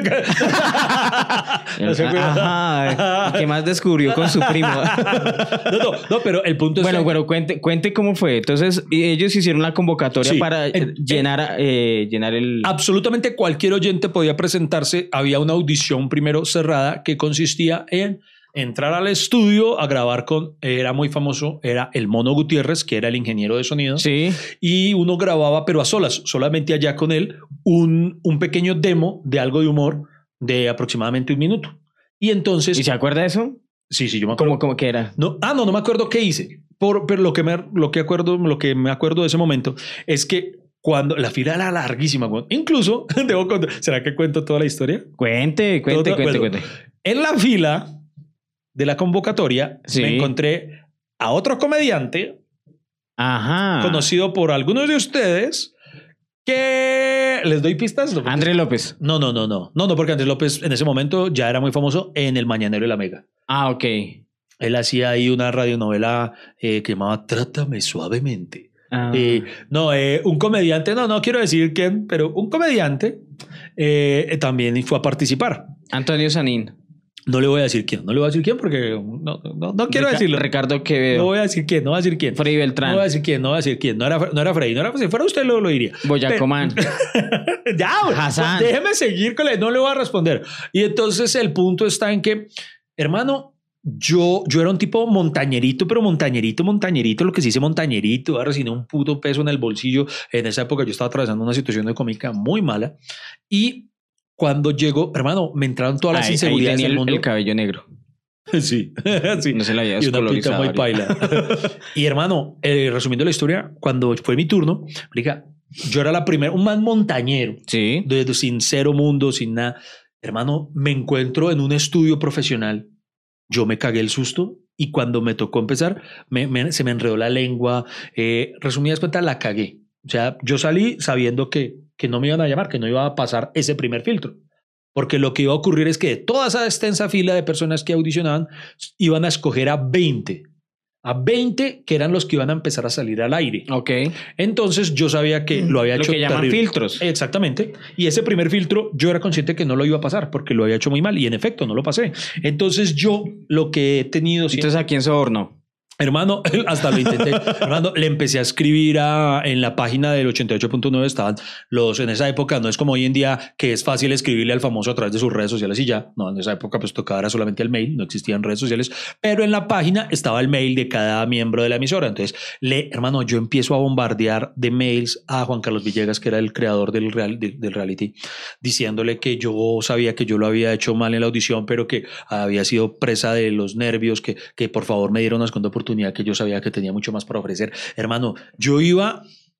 A: ¿Qué más descubrió con su primo?
B: No, pero el punto es...
A: Bueno, cuente cómo fue. Entonces, ellos hicieron la convocatoria para llenar el...
B: Absolutamente cualquier oyente podía presentarse. Había una audición primero cerrada que consistía en entrar al estudio a grabar era muy famoso, era el Mono Gutiérrez, que era el ingeniero de sonido.
A: Sí.
B: Y uno grababa, pero a solas, solamente allá con él, un pequeño demo de algo de humor de aproximadamente 1 minuto. Y entonces...
A: ¿Y se acuerda de eso?
B: Sí, yo me acuerdo.
A: ¿Cómo que era?
B: No me acuerdo qué hice. Pero lo que me acuerdo de ese momento es que cuando la fila era larguísima, incluso, ¿será que cuento toda la historia?
A: Cuente.
B: En la fila de la convocatoria,
A: sí,
B: me encontré a otro comediante, conocido por algunos de ustedes, que les doy pistas.
A: Andrés López.
B: No, porque Andrés López en ese momento ya era muy famoso en el Mañanero de la Mega.
A: Ok.
B: Él hacía ahí una radionovela que llamaba Trátame Suavemente. Un comediante, no quiero decir quién, pero un comediante también fue a participar.
A: Antonio Sanín.
B: No le voy a decir quién porque no quiero decirlo.
A: Ricardo Quevedo.
B: No voy a decir quién.
A: Freddy Beltrán.
B: No voy a decir quién. No era Freddy. Si fuera usted lo diría.
A: Boyacomán.
B: Ya,
A: Hassan.
B: Déjeme seguir con no le voy a responder. Y entonces el punto está en que, hermano, yo era un tipo montañerito, pero montañerito, lo que se dice montañerito, recién un puto peso en el bolsillo. En esa época yo estaba atravesando una situación económica muy mala y cuando llegó, hermano, me entraron todas las inseguridades del mundo.
A: El cabello negro.
B: Sí.
A: No se la había
B: y una pinta muy paila. Y hermano, resumiendo la historia, cuando fue mi turno, marica, Yo era la primera, un man montañero,
A: Sí.
B: sin cero mundo, sin nada. Hermano, me encuentro en un estudio profesional. Yo me cagué el susto y cuando me tocó empezar, se me enredó la lengua. Resumidas cuentas, la cagué. O sea, yo salí sabiendo que no me iban a llamar, que no iba a pasar ese primer filtro. Porque lo que iba a ocurrir es que de toda esa extensa fila de personas que audicionaban, iban a escoger a 20 que eran los que iban a empezar a salir al aire.
A: Ok.
B: Entonces yo sabía que lo había hecho
A: Lo que llaman
B: terrible.
A: filtros.
B: Exactamente. Y ese primer filtro yo era consciente que no lo iba a pasar porque lo había hecho muy mal y en efecto no lo pasé. Entonces yo lo que he tenido siempre...
A: Entonces, ¿a quién sobornó?
B: Hermano, hasta lo intenté. Hermano, le empecé a escribir en la página del 88.9 estaban en esa época, no es como hoy en día que es fácil escribirle al famoso a través de sus redes sociales y ya. No, en esa época pues tocaba era solamente el mail, no existían redes sociales, pero en la página estaba el mail de cada miembro de la emisora. Entonces, hermano, yo empiezo a bombardear de mails a Juan Carlos Villegas, que era el creador del reality, diciéndole que yo sabía que yo lo había hecho mal en la audición, pero que había sido presa de los nervios, que por favor me diera una segunda oportunidad, que yo sabía que tenía mucho más para ofrecer. Hermano, yo iba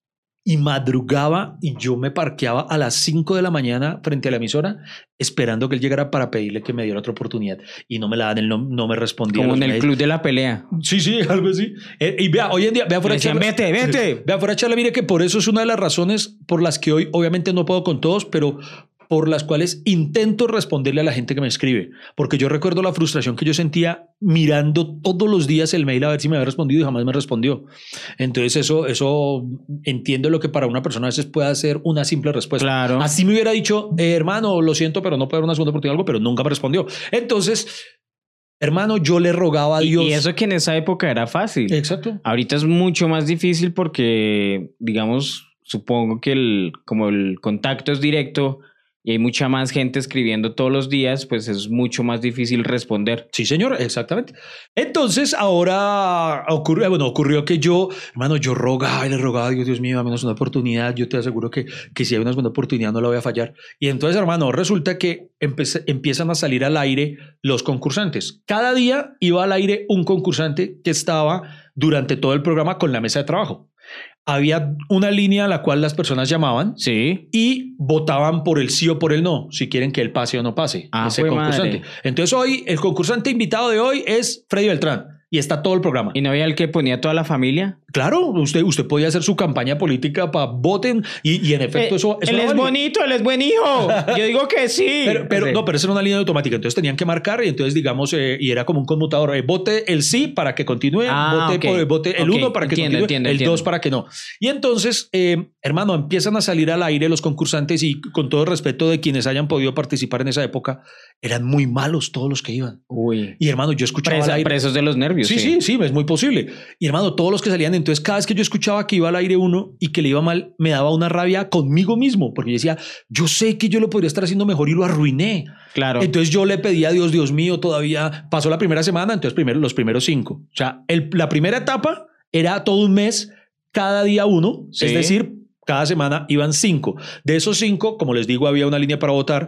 B: y madrugaba y yo me parqueaba a las 5 de la mañana frente a la emisora esperando que él llegara para pedirle que me diera otra oportunidad y no me la dan, él no me respondía.
A: Como en el club de la pelea.
B: Sí, algo así. Y vea, hoy en día, vea fuera
A: decían, vete.
B: Vea fuera charla, mire que por eso es una de las razones por las que hoy obviamente no puedo con todos, pero por las cuales intento responderle a la gente que me escribe, porque yo recuerdo la frustración que yo sentía mirando todos los días el mail a ver si me había respondido y jamás me respondió. Entonces eso entiendo lo que para una persona a veces puede ser una simple respuesta.
A: Claro.
B: Así me hubiera dicho, hermano, lo siento, pero no puedo dar una segunda oportunidad o algo, pero nunca me respondió. Entonces, hermano, yo le rogaba a Dios.
A: Y eso que en esa época era fácil.
B: Exacto.
A: Ahorita es mucho más difícil porque, digamos, supongo que como el contacto es directo y hay mucha más gente escribiendo todos los días, pues es mucho más difícil responder.
B: Sí, señor, exactamente. Entonces, ahora ocurrió que yo, hermano, yo rogaba y le rogaba a Dios, Dios mío, dame una oportunidad, yo te aseguro que si hay una segunda oportunidad no la voy a fallar. Y entonces, hermano, resulta que empiezan a salir al aire los concursantes. Cada día iba al aire un concursante que estaba durante todo el programa con la mesa de trabajo. Había una línea a la cual las personas llamaban
A: Sí.
B: y votaban por el sí o por el no, si quieren que él pase o no pase, ese
A: fue
B: concursante.
A: madre.
B: Entonces hoy, el concursante invitado de hoy es Freddy Beltrán y está todo el programa.
A: ¿Y no había el que ponía toda la familia?
B: Claro, usted podía hacer su campaña política para voten y en efecto eso
A: él es bonito, él es buen hijo. Yo digo que sí.
B: Pero
A: Sí.
B: no, pero esa era una línea automática. Entonces tenían que marcar y entonces, digamos, y era como un conmutador. Vote el sí para que continúe, vote el 1 para que continúe, el 2 para que no. Y entonces, hermano, empiezan a salir al aire los concursantes y con todo el respeto de quienes hayan podido participar en esa época, eran muy malos todos los que iban.
A: Uy.
B: Y hermano, yo escuchaba al aire.
A: Presos de los nervios.
B: Sí, es muy posible. Y hermano, todos los que salían, entonces cada vez que yo escuchaba que iba al aire uno y que le iba mal, me daba una rabia conmigo mismo, porque yo decía, yo sé que yo lo podría estar haciendo mejor y lo arruiné.
A: Claro.
B: Entonces yo le pedí a Dios, Dios mío, todavía pasó la primera semana, entonces los primeros 5. O sea, la primera etapa era todo un mes, cada día uno,
A: Sí.
B: es decir, cada semana iban 5. De esos 5, como les digo, había una línea para votar,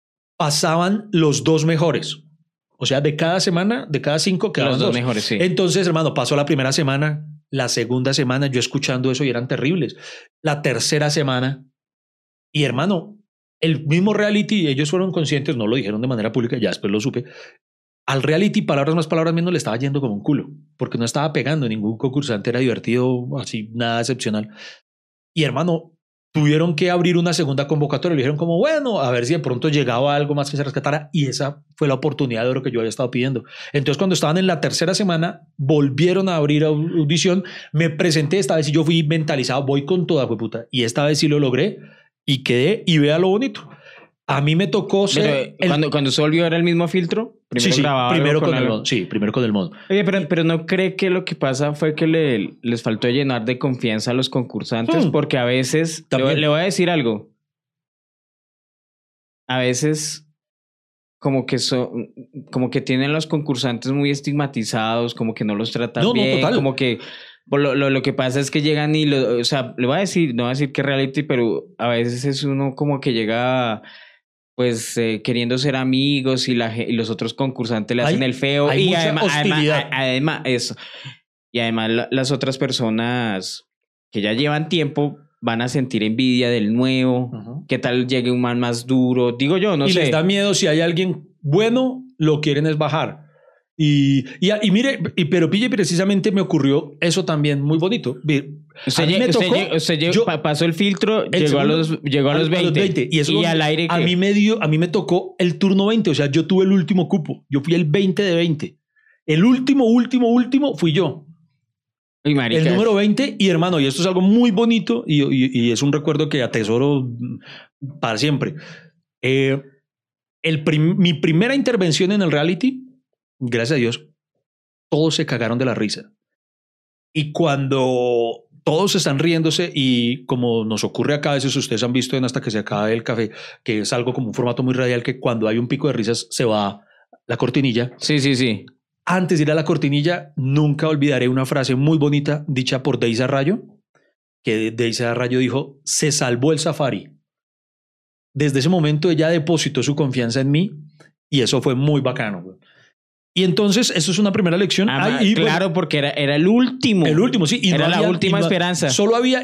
B: pasaban los 2 mejores. O sea, de cada semana, de cada 5 quedaban
A: Los dos
B: 2
A: mejores, sí.
B: Entonces, hermano, pasó la primera semana, la segunda semana, yo escuchando eso y eran terribles. La tercera semana, y hermano, el mismo reality, ellos fueron conscientes, no lo dijeron de manera pública, ya después lo supe. Al reality, palabras más, palabras menos, le estaba yendo como un culo, porque no estaba pegando, ningún concursante era divertido, así, nada excepcional. Y hermano, tuvieron que abrir una segunda convocatoria. Le dijeron como, bueno, a ver si de pronto llegaba algo más que se rescatara. Y esa fue la oportunidad de oro que yo había estado pidiendo. Entonces, cuando estaban en la tercera semana, volvieron a abrir audición. Me presenté esta vez y yo fui mentalizado, voy con toda, fue puta. Y esta vez sí lo logré y quedé. Y vea lo bonito. A mí me tocó ser...
A: Cuando se volvió era el mismo filtro.
B: Primero grababa primero con el modo. Sí, primero con el modo.
A: Oye, pero ¿no cree que lo que pasa fue que les faltó llenar de confianza a los concursantes? Porque a veces... Le voy a decir algo. A veces como que tienen los concursantes muy estigmatizados, como que no los tratan bien.
B: No, total.
A: Como que... Lo que pasa es que llegan y... o sea, le voy a decir... No voy a decir que reality, pero a veces es uno como que llega... pues queriendo ser amigos y los otros concursantes le hacen el feo
B: hay
A: y
B: mucha hostilidad.
A: además eso y además las otras personas que ya llevan tiempo van a sentir envidia del nuevo.
B: Ujú.
A: ¿Qué tal llegue un man más duro? Digo yo, no
B: y
A: sé.
B: les da miedo si hay alguien bueno, lo quieren es bajar. Y mire, pero pille, precisamente me ocurrió eso también muy bonito.
A: Pasó el filtro, llegó a los 20.
B: Y, eso
A: al aire.
B: A mí me tocó el turno 20, o sea, yo tuve el último cupo. Yo fui el 20 de 20. El último fui yo.
A: Uy, marica.
B: El número 20, y hermano, y esto es algo muy bonito y es un recuerdo que atesoro para siempre. Mi primera intervención en el reality, gracias a Dios, todos se cagaron de la risa. Y cuando todos están riéndose, y como nos ocurre acá, a veces ustedes han visto en Hasta que se acabe el café, que es algo como un formato muy radial, que cuando hay un pico de risas se va la cortinilla.
A: Sí.
B: Antes de ir a la cortinilla, nunca olvidaré una frase muy bonita dicha por Deisa Arrayo, que Deisa Arrayo dijo: se salvó el safari. Desde ese momento ella depositó su confianza en mí y eso fue muy bacano, güey. Y entonces, eso es una primera lección.
A: Claro, porque era el último.
B: El último, sí. Y
A: era la última esperanza.
B: Solo había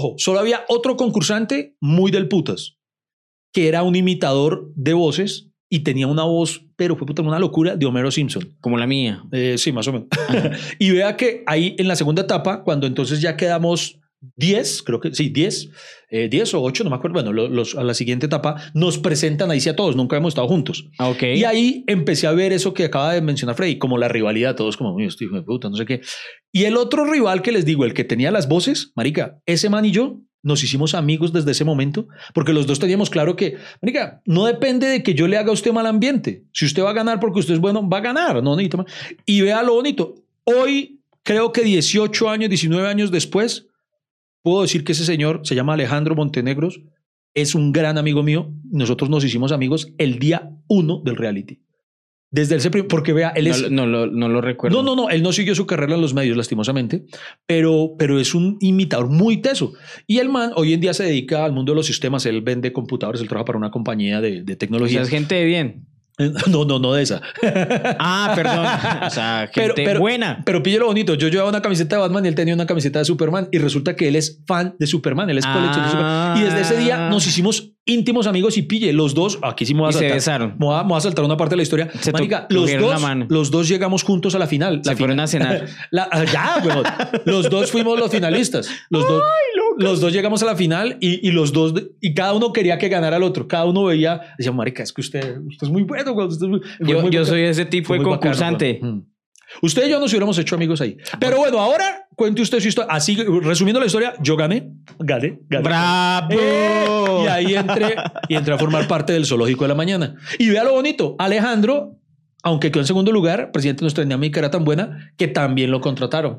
B: otro concursante muy del putas, que era un imitador de voces y tenía una voz, pero fue una locura, de Homero Simpson.
A: Como la mía.
B: Sí, más o menos. Y vea que ahí en la segunda etapa, cuando entonces ya quedamos 10, creo que sí, 10 o 8, no me acuerdo. Bueno, a la siguiente etapa nos presentan ahí sí a todos, nunca hemos estado juntos.
A: Okay.
B: Y ahí empecé a ver eso que acaba de mencionar Freddy, como la rivalidad, todos como, uy, este hijo de puta, no sé qué. Y el otro rival que les digo, el que tenía las voces, marica, ese man y yo nos hicimos amigos desde ese momento, porque los dos teníamos claro que, marica, no depende de que yo le haga a usted mal ambiente. Si usted va a ganar porque usted es bueno, va a ganar, no necesita más. Y vea lo bonito. Hoy, creo que 18 años, 19 años después, puedo decir que ese señor se llama Alejandro Montenegros, es un gran amigo mío. Nosotros nos hicimos amigos el día 1 del reality. Desde ese porque vea, él es...
A: No lo recuerdo.
B: No, él no siguió su carrera en los medios, lastimosamente, pero es un imitador muy teso. Y el man hoy en día se dedica al mundo de los sistemas, él vende computadores, él trabaja para una compañía de tecnología.
A: O sea, es gente de bien.
B: No de esa.
A: Perdón. O sea, gente buena.
B: Pero pille lo bonito. Yo llevaba una camiseta de Batman y él tenía una camiseta de Superman. Y resulta que él es fan de Superman. Él es coleccionista de Superman. Y desde ese día nos hicimimos íntimos amigos. Y pille, los dos, aquí sí me voy a saltar.
A: Se besaron.
B: Me voy a saltar una parte de la historia. Marica, los dos llegamos juntos a la final.
A: Se fueron a cenar.
B: Bueno, los dos fuimos los finalistas. Los dos llegamos a la final y los dos, y cada uno quería que ganara al otro. Cada uno veía, decía, marica, es que usted es muy bueno.
A: Yo soy ese tipo de concursante.
B: Usted y yo nos hubiéramos hecho amigos ahí. Pero bueno, ahora cuente usted su historia. Así, resumiendo la historia, yo gané.
A: ¡Bravo!
B: Y ahí entré a formar parte del Zoológico de la Mañana. Y vea lo bonito, Alejandro, aunque quedó en segundo lugar, presidente de nuestra dinámica era tan buena que también lo contrataron.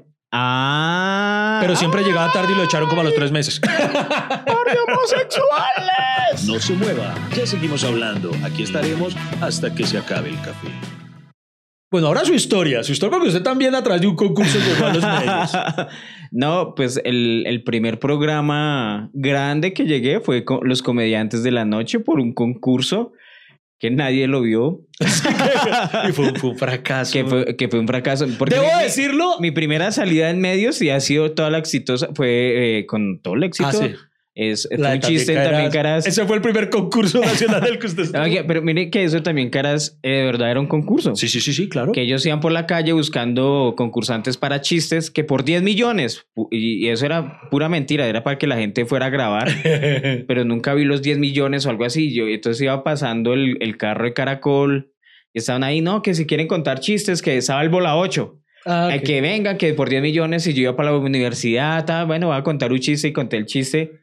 B: Pero siempre llegaba tarde y lo echaron como a los 3 meses.
C: ¡Por homosexuales! No se mueva, ya seguimos hablando. Aquí estaremos hasta que se acabe el café.
B: Bueno, ahora su historia, porque usted también a través de un concurso llegó a los medios.
A: No, pues el primer programa grande que llegué fue con Los Comediantes de la Noche por un concurso que nadie lo vio.
B: Y fue un fracaso.
A: Que fue un fracaso.
B: Debo decirlo.
A: Mi primera salida en medios y ha sido toda la exitosa. Fue con todo el éxito.
B: Sí.
A: Fue un chiste también, Caras.
B: Ese fue el primer concurso nacional del que usted estuvo.
A: Oye, pero mire que eso también, Caras, de verdad era un concurso.
B: Sí, claro.
A: Que ellos iban por la calle buscando concursantes para chistes que por 10 millones. Y eso era pura mentira. Era para que la gente fuera a grabar. Pero nunca vi los 10 millones o algo así. Entonces iba pasando el carro de Caracol. Y estaban ahí, no, que si quieren contar chistes, que salvo la 8. Okay. Que vengan, que por 10 millones. Y yo iba para la universidad. Bueno, voy a contar un chiste y conté el chiste.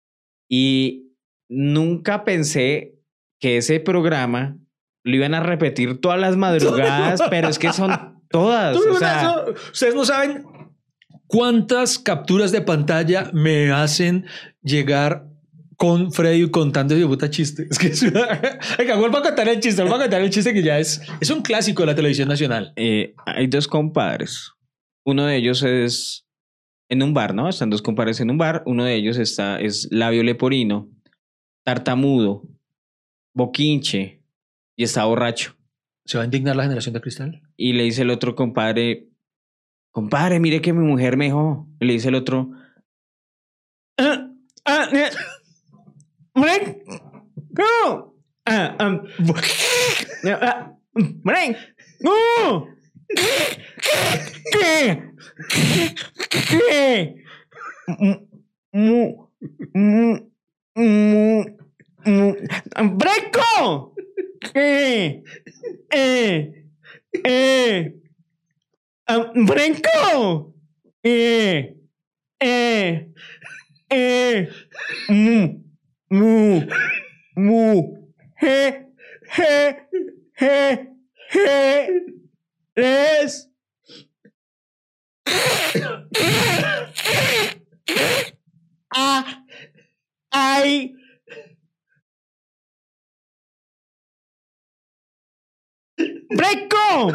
A: Y nunca pensé que ese programa lo iban a repetir todas las madrugadas, pero es que son todas.
B: Ustedes no saben cuántas capturas de pantalla me hacen llegar con Freddy contando de puta chiste. Es que venga, vuelvo a contar el chiste que ya es un clásico de la televisión nacional.
A: Hay 2 compadres. Uno de ellos es en un bar, ¿no? Están 2 compadres en un bar. Uno de ellos es labio leporino, tartamudo, boquinche y está borracho.
B: ¿Se va a indignar la generación de cristal?
A: Y le dice el otro compadre, mire que mi mujer me dejó. Y le dice el otro, ¡Breco! ¡Brenco! Les. Ay. ¡Breco!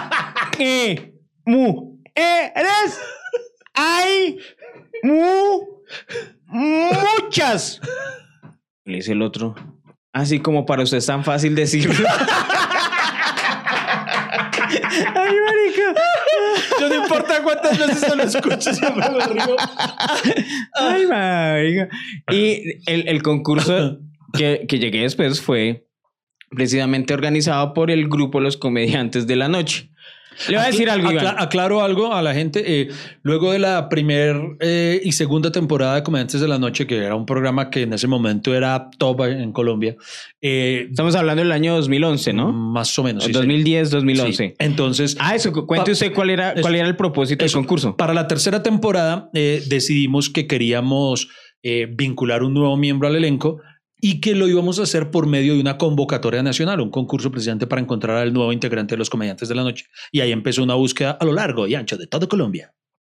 A: Eres. Hay. Muchas. Le dice el otro. Así como para usted es tan fácil decirlo. Ay, marica.
B: Yo no importa cuántas veces se lo escucho, siempre me río.
A: Ay, marica. Y el concurso que llegué después fue precisamente organizado por el grupo Los Comediantes de la Noche. Le voy a decir algo, Iván.
B: Aclaro algo a la gente. Luego de la primera y segunda temporada de Comediantes de la Noche, que era un programa que en ese momento era top en Colombia.
A: Estamos hablando del año 2011, ¿no?
B: Más o menos. Sí,
A: 2010, 2011.
B: Sí. Entonces...
A: eso, cuente usted cuál era el propósito del concurso.
B: Para la tercera temporada decidimos que queríamos vincular un nuevo miembro al elenco y que lo íbamos a hacer por medio de una convocatoria nacional, un concurso precisamente para encontrar al nuevo integrante de Los Comediantes de la Noche. Y ahí empezó una búsqueda a lo largo y ancho de toda Colombia.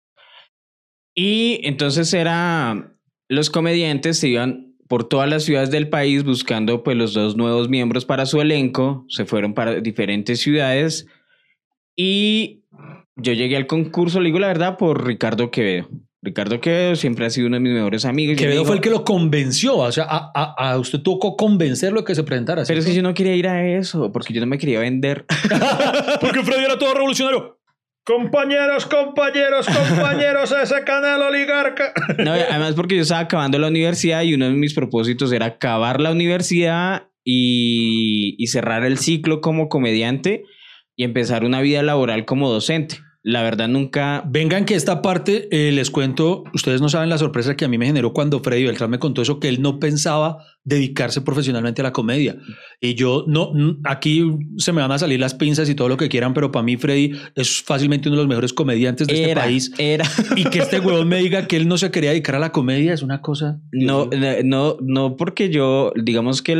A: Y entonces los comediantes se iban por todas las ciudades del país buscando pues los dos nuevos miembros para su elenco. Se fueron para diferentes ciudades y yo llegué al concurso, le digo la verdad, por Ricardo Quevedo. Ricardo Quevedo siempre ha sido uno de mis mejores amigos.
B: Quevedo fue el que lo convenció, o sea, a usted tocó convencerlo de que se presentara.
A: Pero es que yo no quería ir a eso, porque yo no me quería vender.
B: Porque Freddy era todo revolucionario. Compañeros, ese canal oligarca.
A: No, además porque yo estaba acabando la universidad y uno de mis propósitos era acabar la universidad y cerrar el ciclo como comediante y empezar una vida laboral como docente. La verdad nunca...
B: Vengan que esta parte, les cuento, ustedes no saben la sorpresa que a mí me generó cuando Freddy Beltrán me contó eso, que él no pensaba dedicarse profesionalmente a la comedia. Y yo, aquí se me van a salir las pinzas y todo lo que quieran, pero para mí Freddy es fácilmente uno de los mejores comediantes de este país. Y que este huevón me diga que él no se quería dedicar a la comedia es una cosa...
A: No, porque yo, digamos que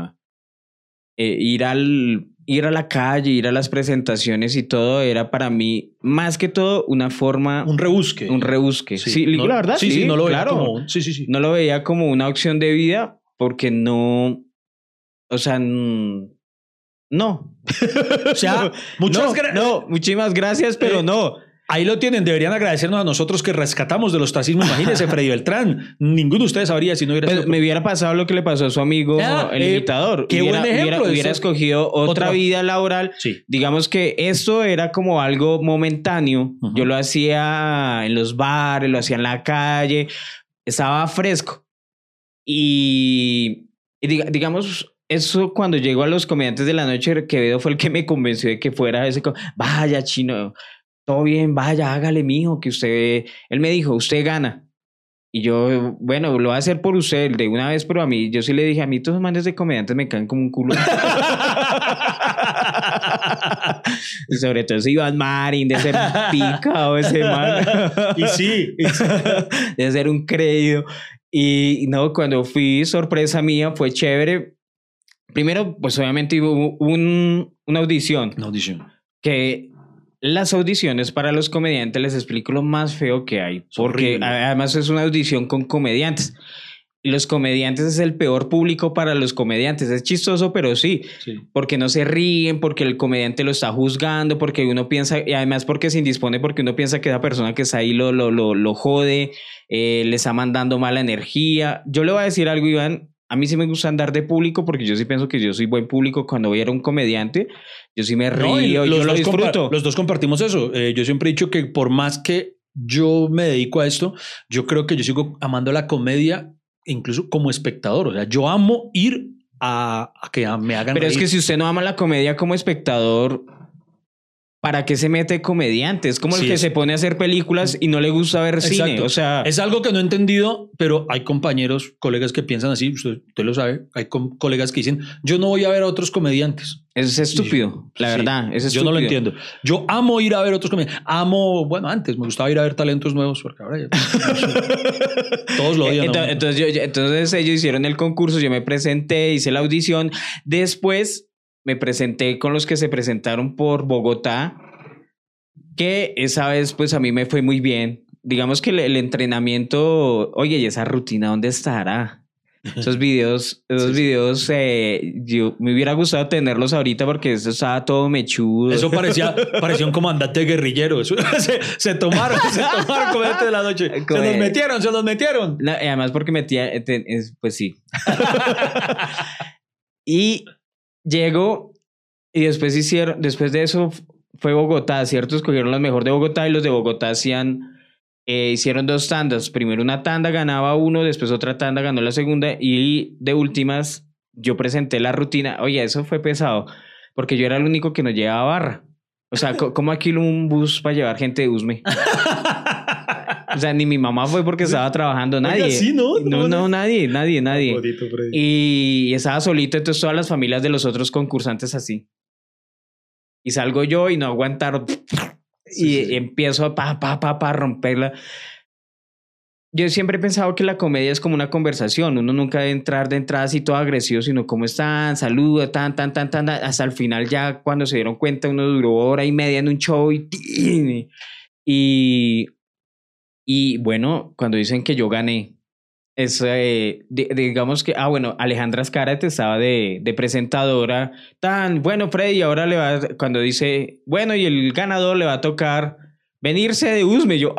A: ir a la calle, ir a las presentaciones y todo era para mí más que todo una forma...
B: Un rebusque.
A: Sí, no, la verdad,
B: sí, no lo veía
A: claro.
B: como... Sí.
A: No lo veía como una opción de vida porque no... O sea, no.
B: O sea,
A: muchísimas gracias, pero no.
B: Ahí lo tienen, deberían agradecernos a nosotros que rescatamos del ostracismo. Imagínense, Freddy Beltrán. Ninguno de ustedes sabría si no hubiera...
A: Pues me hubiera pasado lo que le pasó a su amigo, el imitador.
B: Qué buen ejemplo.
A: Hubiera escogido otra vida laboral.
B: Sí.
A: Digamos que esto era como algo momentáneo. Uh-huh. Yo lo hacía en los bares, lo hacía en la calle. Estaba fresco. Y digamos... Eso cuando llegó a Los Comediantes de la Noche, Quevedo fue el que me convenció de que fuera ese... Vaya, chino... Todo bien, vaya, hágale, mijo, que usted... Él me dijo, usted gana. Y yo, bueno, lo voy a hacer por usted de una vez, pero a mí, yo sí le dije, a mí todos los manes de comediantes me caen como un culo. Y sobre todo ese Iván Marín, de ser picado ese man.
B: Y sí.
A: De ser un creído. Y no, cuando fui, sorpresa mía, fue chévere. Primero, pues obviamente hubo una audición.
B: Una audición.
A: Que... Las audiciones para los comediantes, les explico lo más feo que hay, porque además es una audición con comediantes. Y los comediantes es el peor público para los comediantes. Es chistoso, pero sí, porque no se ríen, porque el comediante lo está juzgando, porque uno piensa, y además porque se indispone, porque uno piensa que esa persona que está ahí lo jode, le está mandando mala energía. Yo le voy a decir algo, Iván. A mí sí me gusta andar de público porque yo sí pienso que yo soy buen público. Cuando voy a ir a un comediante, yo sí me río, yo lo disfruto.
B: Los dos compartimos eso. Yo siempre he dicho que por más que yo me dedico a esto, yo creo que yo sigo amando la comedia incluso como espectador. O sea, yo amo ir a que me hagan
A: Pero
B: reír.
A: es que si usted no ama la comedia como espectador, ¿para qué se mete comediante? Es como el
B: Sí,
A: que
B: es-
A: se pone a hacer películas y no le gusta ver cine.
B: Exacto.
A: O sea,
B: Es algo que no he entendido, pero hay compañeros, colegas que piensan así, usted lo sabe, hay colegas que dicen, yo no voy a ver a otros comediantes.
A: es estúpido. La
B: Sí,
A: verdad, es estúpido.
B: yo no lo entiendo. Yo amo ir a ver otros comediantes. Antes me gustaba ir a ver talentos nuevos, porque ahora ya todos lo odian. ¿no?
A: Entonces ellos hicieron el concurso, yo me presenté, hice la audición. Después me presenté con los que se presentaron por Bogotá, que esa vez pues a mí me fue muy bien. Digamos que el entrenamiento, oye, ¿y esa rutina dónde estará? Esos videos, yo me hubiera gustado tenerlos ahorita porque eso estaba todo mechudo.
B: Eso parecía un comandante guerrillero. Eso, se tomaron comediantes de la noche. Se los metieron.
A: No, y además porque pues sí. Y llego y después de eso fue Bogotá, ¿cierto? Escogieron los mejor de Bogotá y los de Bogotá hicieron 2 tandas. Primero una tanda ganaba uno, después otra tanda ganó la segunda y de últimas yo presenté la rutina. Oye, eso fue pesado porque yo era el único que no llevaba barra. O sea, ¿cómo alquilo un bus para llevar gente de Usme? O sea, ni mi mamá fue porque estaba trabajando, nadie.
B: Oiga, sí, ¿no?
A: No, nadie.
B: Bonito, Freddy.
A: Y estaba solito, entonces todas las familias de los otros concursantes así. Y salgo yo y no aguantaron. Y empiezo a romperla. Yo siempre he pensado que la comedia es como una conversación. Uno nunca debe entrar de entrada así todo agresivo, sino cómo están, saluda, tan. Hasta el final ya cuando se dieron cuenta uno duró 1 hora y media en un show y bueno, cuando dicen que yo gané, digamos que, Alejandra Azcárate estaba de presentadora, bueno, Freddy, ahora cuando dice, bueno, y el ganador le va a tocar venirse de Usme, yo,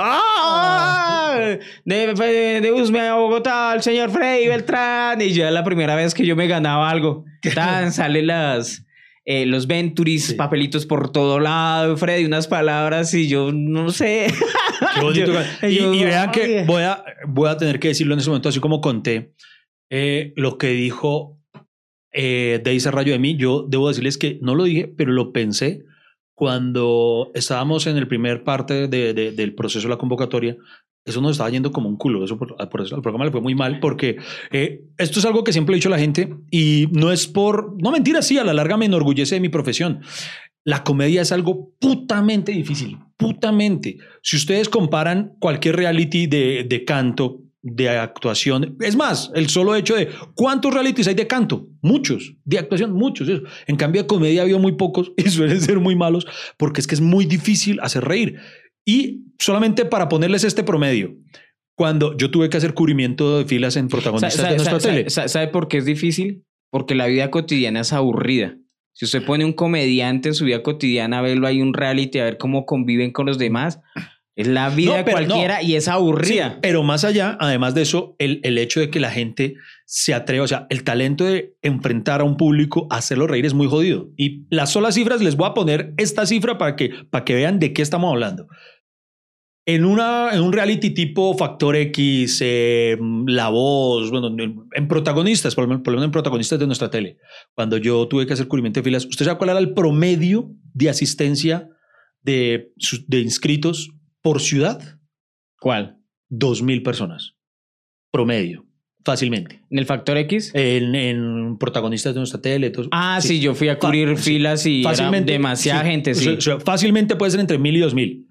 A: de Usme a Bogotá, el señor Freddy Beltrán, y ya la primera vez que yo me ganaba algo, salen los Venturis, papelitos por todo lado, Freddy, unas palabras y yo no sé.
B: Qué bonito. Y vean que voy a tener que decirlo en ese momento, así como conté lo que dijo Deise Rayo de mí. Yo debo decirles que no lo dije, pero lo pensé cuando estábamos en el primer parte del proceso de la convocatoria. Eso nos estaba yendo como un culo. Eso por eso al programa le fue muy mal, porque esto es algo que siempre he dicho a la gente y no mentira, sí, a la larga me enorgullece de mi profesión. La comedia es algo putamente difícil, putamente. Si ustedes comparan cualquier reality de canto, de actuación, es más, el solo hecho de ¿cuántos realities hay de canto? Muchos. De actuación, muchos. Eso. En cambio, de comedia había muy pocos y suelen ser muy malos porque es que es muy difícil hacer reír. Y solamente para ponerles este promedio, cuando yo tuve que hacer cubrimiento de filas en protagonistas de nuestra tele.
A: ¿Sabe por qué es difícil? Porque la vida cotidiana es aburrida. Si usted pone un comediante en su vida cotidiana a verlo, hay un reality, a ver cómo conviven con los demás, es la vida de cualquiera y es aburrida.
B: Sí, pero más allá, además de eso, el hecho de que la gente se atreva, o sea, el talento de enfrentar a un público, hacerlo reír es muy jodido. Y las solas cifras, les voy a poner esta cifra para que vean de qué estamos hablando. En un reality tipo Factor X, La Voz, bueno, en protagonistas, por lo menos en protagonistas de nuestra tele, cuando yo tuve que hacer cubrimiento de filas, ¿usted sabe cuál era el promedio de asistencia de inscritos por ciudad?
A: ¿Cuál?
B: 2,000 personas. Promedio. Fácilmente.
A: ¿En el Factor X?
B: En protagonistas de nuestra tele. Todo.
A: Sí, yo fui a cubrir filas y era demasiada gente, sí.
B: O sea, fácilmente puede ser entre 1,000 y 2,000.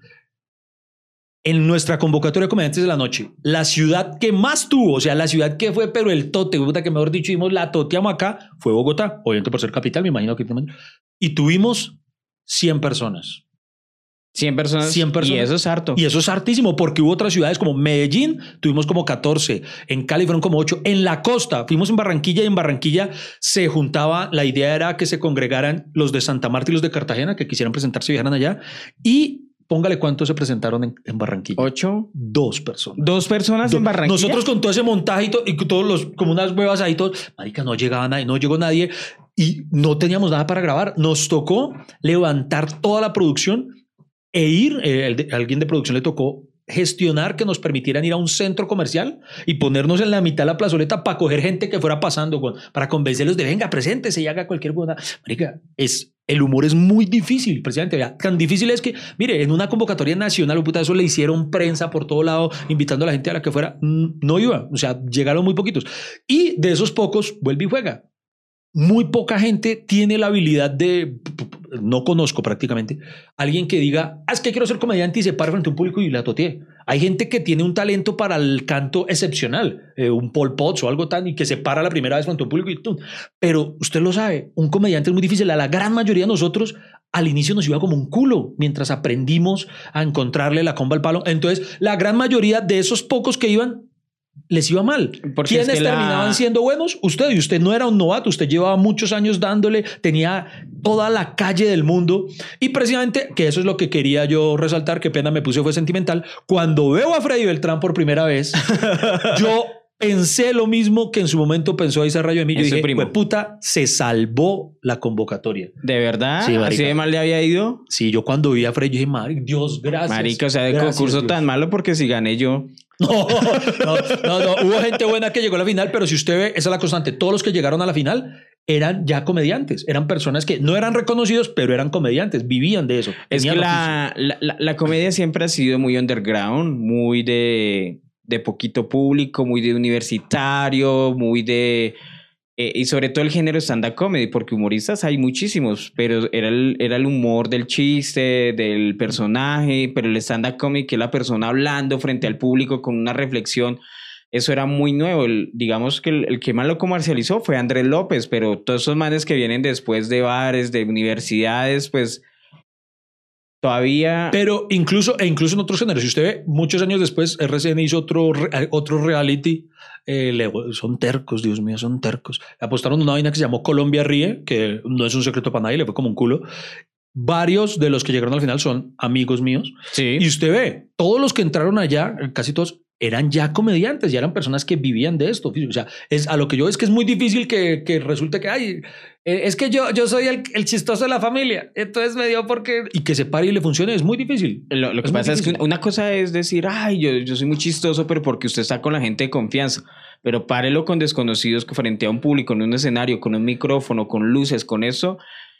B: En nuestra convocatoria de comediantes de la noche, la ciudad que más tuvo, o sea, la ciudad que fue, pero el tote, que mejor dicho, la toteamos acá, fue Bogotá, obviamente por ser capital, me imagino que... Y tuvimos 100 personas.
A: 100 personas. Y eso es harto.
B: Y eso es hartísimo, porque hubo otras ciudades como Medellín, tuvimos como 14, en Cali fueron como 8, en la costa, fuimos en Barranquilla y en Barranquilla se juntaba, la idea era que se congregaran los de Santa Marta y los de Cartagena, que quisieran presentarse y viajaran allá, y póngale cuántos se presentaron en Barranquilla.
A: 8.
B: 2 personas.
A: 2 personas en Barranquilla.
B: Nosotros con todo ese montaje y todos como unas huevas ahí, todos, marica, no llegaba nadie, no llegó nadie y no teníamos nada para grabar. Nos tocó levantar toda la producción e ir, alguien de producción le tocó gestionar que nos permitieran ir a un centro comercial y ponernos en la mitad de la plazoleta para coger gente que fuera pasando, para convencerlos de venga, preséntese y haga cualquier cosa. Marica, el humor es muy difícil, precisamente. Vea, tan difícil es que, mire, en una convocatoria nacional, puta, eso le hicieron prensa por todo lado, invitando a la gente a la que fuera, no iba, o sea, llegaron muy poquitos. Y de esos pocos, vuelve y juega. Muy poca gente tiene la habilidad de, no conozco prácticamente, alguien que diga, es que quiero ser comediante y se para frente a un público y la toteé. Hay gente que tiene un talento para el canto excepcional, un Pol Pot o algo tan, y que se para la primera vez frente a un público y ¡tum! Pero usted lo sabe, un comediante es muy difícil. A la gran mayoría de nosotros al inicio nos iba como un culo mientras aprendimos a encontrarle la comba al palo. Entonces, la gran mayoría de esos pocos que iban, les iba mal.
A: Porque
B: ¿Quiénes terminaban siendo buenos? Usted. Y usted no era un novato. Usted llevaba muchos años dándole, tenía toda la calle del mundo. Y precisamente, que eso es lo que quería yo resaltar, qué pena me puse, fue sentimental. Cuando veo a Freddy Beltrán por primera vez, yo pensé lo mismo que en su momento pensó Isa Rayo de mí. Yo dije, puta, se salvó la convocatoria.
A: ¿De verdad?
B: Sí,
A: ¿Así de mal le había ido?
B: Sí, yo cuando vi a Freddy, yo dije, Dios, gracias.
A: Marica, o sea, de
B: gracias,
A: concurso
B: Dios.
A: tan malo porque si gané yo...
B: No, hubo gente buena que llegó a la final, pero si usted ve, esa es la constante, todos los que llegaron a la final eran ya comediantes, eran personas que no eran reconocidos, pero eran comediantes, vivían de eso.
A: Es que la comedia siempre ha sido muy underground, muy de poquito público, muy de universitario, muy de... y sobre todo el género stand-up comedy, porque humoristas hay muchísimos, pero era el humor del chiste, del personaje, pero el stand-up comedy, que es la persona hablando frente al público con una reflexión, eso era muy nuevo. Digamos que el que más lo comercializó fue Andrés López, pero todos esos manes que vienen después de bares, de universidades, pues todavía...
B: Pero incluso en otros géneros, si usted ve, muchos años después, RCN hizo otro reality. Son tercos, Dios mío, son tercos. Apostaron una vaina que se llamó Colombia Ríe, que no es un secreto para nadie, le fue como un culo. Varios de los que llegaron al final son amigos míos.
A: Sí.
B: Y usted ve, todos los que entraron allá, casi todos, eran ya comediantes, ya eran personas que vivían de esto. O sea, a lo que yo es que es muy difícil que resulte que es que yo soy el chistoso de la familia, entonces me dio porque... Y que se pare y le funcione, es muy difícil.
A: Lo que pasa es que una cosa es decir, yo soy muy chistoso, pero porque usted está con la gente de confianza. Pero párelo con desconocidos que frente a un público, en un escenario, con un micrófono, con luces, con eso...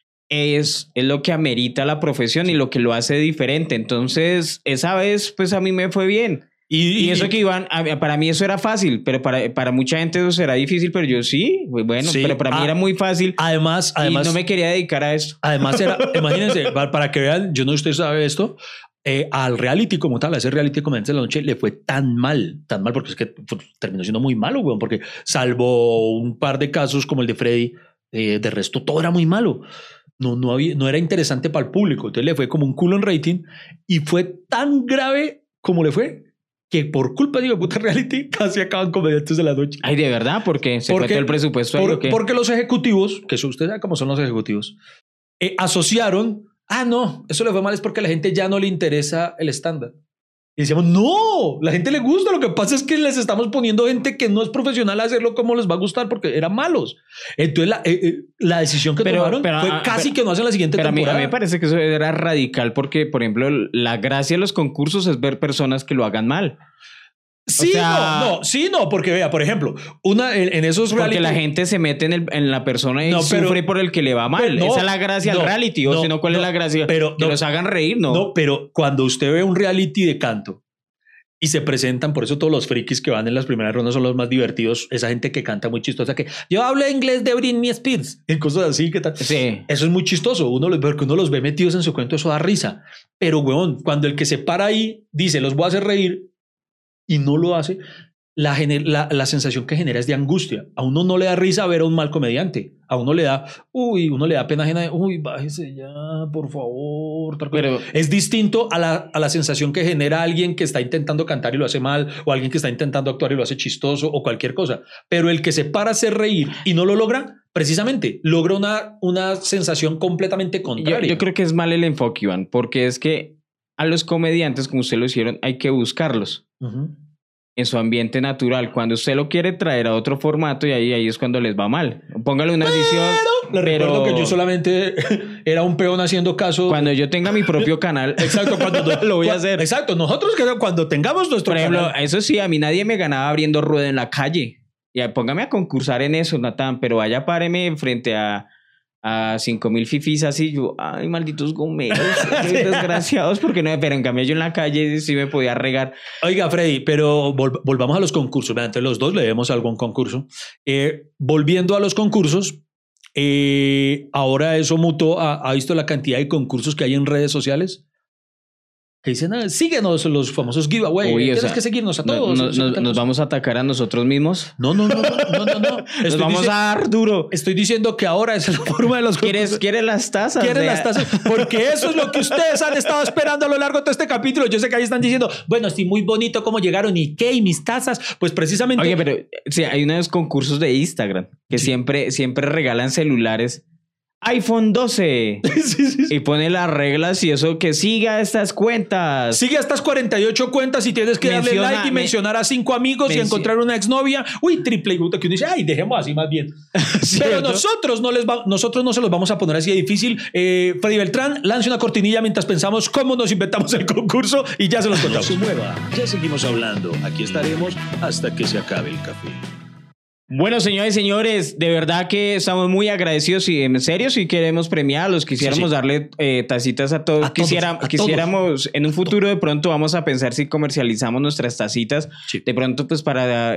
A: Es lo que amerita la profesión y lo que lo hace diferente. Entonces, esa vez, pues a mí me fue bien. Y eso que Iván, para mí eso era fácil, pero para mucha gente eso será difícil, pero yo sí, bueno, sí, pero para mí era muy fácil.
B: Además,
A: y no me quería dedicar a esto.
B: Además, imagínense, para que vean, yo no sé si usted sabe esto, al reality como tal, a ese reality de Comediantes de la Noche le fue tan mal, porque es que terminó siendo muy malo, weón, porque salvo un par de casos como el de Freddy, de resto todo era muy malo. No era interesante para el público, entonces le fue como un culo en rating y fue tan grave como le fue que por culpa de la puta reality casi acaban Comediantes de la Noche.
A: Ay, ¿de verdad? ¿Por qué? ¿Se fue todo el presupuesto ahí o qué?
B: Porque los ejecutivos, que usted sabe cómo son los ejecutivos, asociaron, no, eso le fue mal es porque a la gente ya no le interesa el estándar. Y decíamos, no, la gente le gusta, lo que pasa es que les estamos poniendo gente que no es profesional a hacerlo como les va a gustar porque eran malos. Entonces la decisión que tomaron fue casi que no hacen la siguiente temporada.
A: A mí me parece que eso era radical porque, por ejemplo, la gracia de los concursos es ver personas que lo hagan mal.
B: Sí, porque vea, por ejemplo, en esos reality...
A: Porque la gente se mete en la persona y sufre por el que le va mal. Esa es la gracia del reality. O si no, ¿cuál es la gracia? Que los hagan reír, ¿no?
B: No, pero cuando usted ve un reality de canto y se presentan, por eso todos los frikis que van en las primeras rondas son los más divertidos, esa gente que canta muy chistosa, que yo hablo inglés de Britney Spears y cosas así, ¿qué tal?
A: Sí.
B: Eso es muy chistoso, porque uno los ve metidos en su cuento, eso da risa. Pero, huevón, cuando el que se para ahí dice, los voy a hacer reír, y no lo hace, la sensación que genera es de angustia. A uno no le da risa ver a un mal comediante. A uno le da, pena ajena de, bájese ya, por favor. Pero es distinto a la sensación que genera alguien que está intentando cantar y lo hace mal, o alguien que está intentando actuar y lo hace chistoso, o cualquier cosa. Pero el que se para a hacer reír y no lo logra, precisamente, logra una sensación completamente contraria.
A: Yo creo que es mal el enfoque, Iván, porque es que a los comediantes, como ustedes lo hicieron, hay que buscarlos. en su ambiente natural. Cuando usted lo quiere traer a otro formato, y ahí es cuando les va mal. Póngale una edición.
B: Le recuerdo que yo solamente era un peón haciendo caso.
A: Cuando yo tenga mi propio canal,
B: exacto,
A: lo voy a hacer.
B: Exacto, nosotros cuando tengamos nuestro
A: Por ejemplo,
B: canal.
A: eso sí, a mí nadie me ganaba abriendo rueda en la calle. Y póngame a concursar en eso, Natán, pero vaya, páreme frente a 5.000 fifís así, yo, ay, malditos gomeros, desgraciados, porque no, pero en cambio yo en la calle sí me podía regar.
B: Oiga, Freddy, pero volvamos a los concursos. Entre los dos le debemos algún concurso. Volviendo a los concursos, ahora eso mutó. ¿Ha visto la cantidad de concursos que hay en redes sociales? Que dicen, síguenos, los famosos giveaway. Tienes que seguirnos a todos.
A: ¿Nos vamos a atacar a nosotros mismos?
B: No.
A: Nos vamos a dar duro.
B: Estoy diciendo que ahora es la forma de los concursos.
A: ¿Quieres las tazas?
B: ¿Quieres las tazas? Porque eso es lo que ustedes han estado esperando a lo largo de todo este capítulo. Yo sé que ahí están diciendo, bueno, sí, muy bonito cómo llegaron y qué, y mis tazas. Pues precisamente...
A: Oye, pero sí, hay unos concursos de Instagram que siempre regalan celulares. iPhone 12 y pone las reglas y eso, que siga estas cuentas.
B: Sigue estas 48 cuentas y tienes que darle like y mencionar a 5 amigos y encontrar una exnovia. Uy, triple gusta que uno dice, ay, dejemos así más bien. Pero nosotros no se los vamos a poner así de difícil. Freddy Beltrán, lance una cortinilla mientras pensamos cómo nos inventamos el concurso y ya se los contamos.
C: No se mueva, ya seguimos hablando. Aquí estaremos hasta que se acabe el café.
A: Bueno, señores y señores, de verdad que estamos muy agradecidos y en serio si queremos premiarlos, quisiéramos darle tacitas a todos. Quisiéramos en un futuro de pronto vamos a pensar si comercializamos nuestras tacitas, de pronto pues para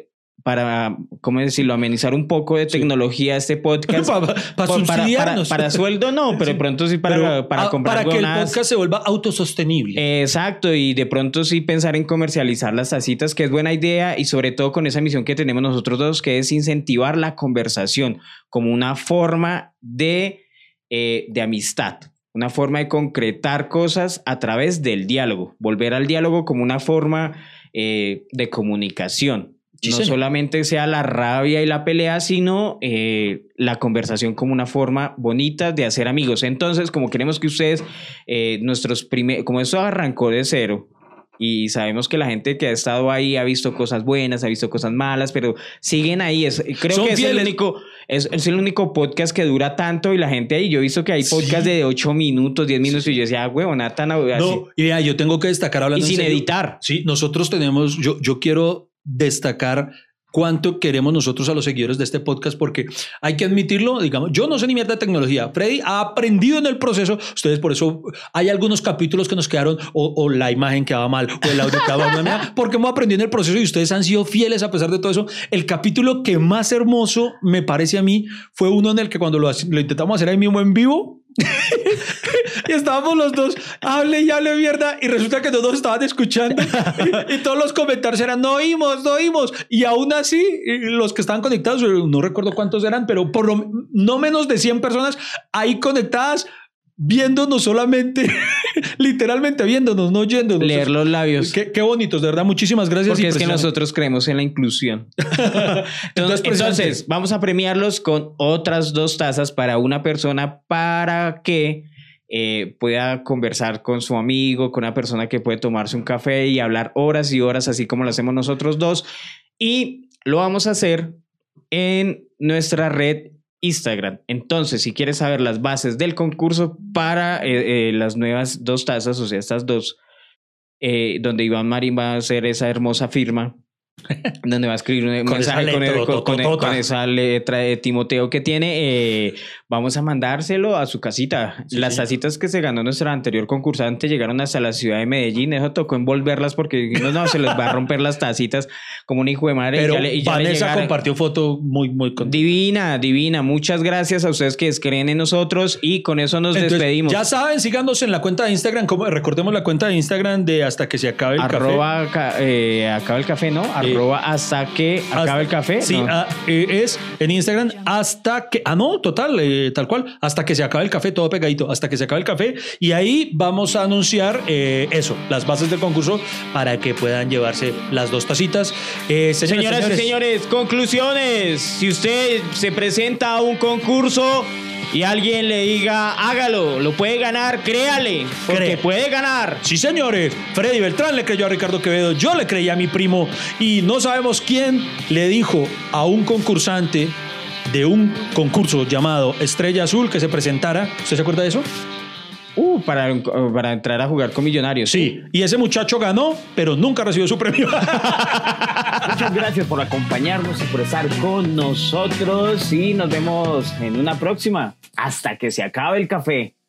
A: ¿cómo decirlo? Amenizar un poco de tecnología este podcast.
B: Para subsidiarnos.
A: Para sueldo no, pero de pronto sí para comprar
B: para que el podcast se vuelva autosostenible.
A: Exacto, y de pronto sí pensar en comercializar las tacitas, que es buena idea, y sobre todo con esa misión que tenemos nosotros dos, que es incentivar la conversación como una forma de amistad. Una forma de concretar cosas a través del diálogo. Volver al diálogo como una forma de comunicación. No solamente sea la rabia y la pelea, sino la conversación como una forma bonita de hacer amigos. Entonces, como queremos que ustedes, como esto arrancó de cero, y sabemos que la gente que ha estado ahí ha visto cosas buenas, ha visto cosas malas, pero siguen ahí. Creo que es el único podcast que dura tanto y la gente ahí. Yo he visto que hay podcasts de 8 minutos, 10 minutos y yo decía, huevona, tan así.
B: No, y vea, yo tengo que destacar hablando
A: y sin
B: en serio,
A: editar.
B: Sí, nosotros tenemos, yo quiero destacar cuánto queremos nosotros a los seguidores de este podcast, porque hay que admitirlo, digamos, yo no sé ni mierda de tecnología. Freddy ha aprendido en el proceso. Ustedes, por eso hay algunos capítulos que nos quedaron o la imagen quedaba mal o el audio quedaba mal, porque hemos aprendido en el proceso y ustedes han sido fieles a pesar de todo eso. El capítulo que más hermoso me parece a mí fue uno en el que cuando lo intentamos hacer ahí mismo en vivo y estábamos los dos, hable y hable mierda, y resulta que los dos estaban escuchando y todos los comentarios eran no oímos, y aún así los que estaban conectados, no recuerdo cuántos eran, pero no menos de 100 personas ahí conectadas viéndonos solamente, literalmente viéndonos, no oyéndonos.
A: Leer los labios.
B: Qué bonitos, de verdad, muchísimas gracias.
A: Porque es que nosotros creemos en la inclusión. Entonces, vamos a premiarlos con otras 2 tazas para una persona para que pueda conversar con su amigo, con una persona que puede tomarse un café y hablar horas y horas, así como lo hacemos nosotros dos. Y lo vamos a hacer en nuestra red Instagram. Entonces, si quieres saber las bases del concurso para las nuevas 2 tazas, o sea, estas 2, donde Iván Marín va a hacer esa hermosa firma, donde va a escribir un mensaje con esa letra de Timoteo que tiene, vamos a mandárselo a su casita. Las tacitas que se ganó nuestra anterior concursante llegaron hasta la ciudad de Medellín. Eso tocó envolverlas porque no se les va a romper las tacitas como un hijo de madre.
B: Pero Vanessa compartió foto muy
A: divina. Muchas gracias a ustedes que creen en nosotros y con eso nos despedimos.
B: Ya saben, síganos en la cuenta de Instagram. Recordemos la cuenta de Instagram de Hasta que se acabe el café.
A: Acaba el café, ¿no? Arroba hasta que acabe el café.
B: Sí,
A: no.
B: Es en Instagram hasta que... tal cual. Hasta que se acabe el café, todo pegadito. Hasta que se acabe el café. Y ahí vamos a anunciar las bases del concurso para que puedan llevarse las 2 tacitas.
A: Señoras y señores, conclusiones. Si usted se presenta a un concurso, y alguien le diga, hágalo, lo puede ganar, créale, porque puede ganar.
B: Sí, señores. Freddy Beltrán le creyó a Ricardo Quevedo, yo le creí a mi primo y no sabemos quién le dijo a un concursante de un concurso llamado Estrella Azul que se presentara. ¿Usted se acuerda de eso?
A: Para entrar a jugar con Millonarios.
B: Sí, y ese muchacho ganó, pero nunca recibió su premio.
D: Muchas gracias por acompañarnos y por estar con nosotros y nos vemos en una próxima. Hasta que se acabe el café.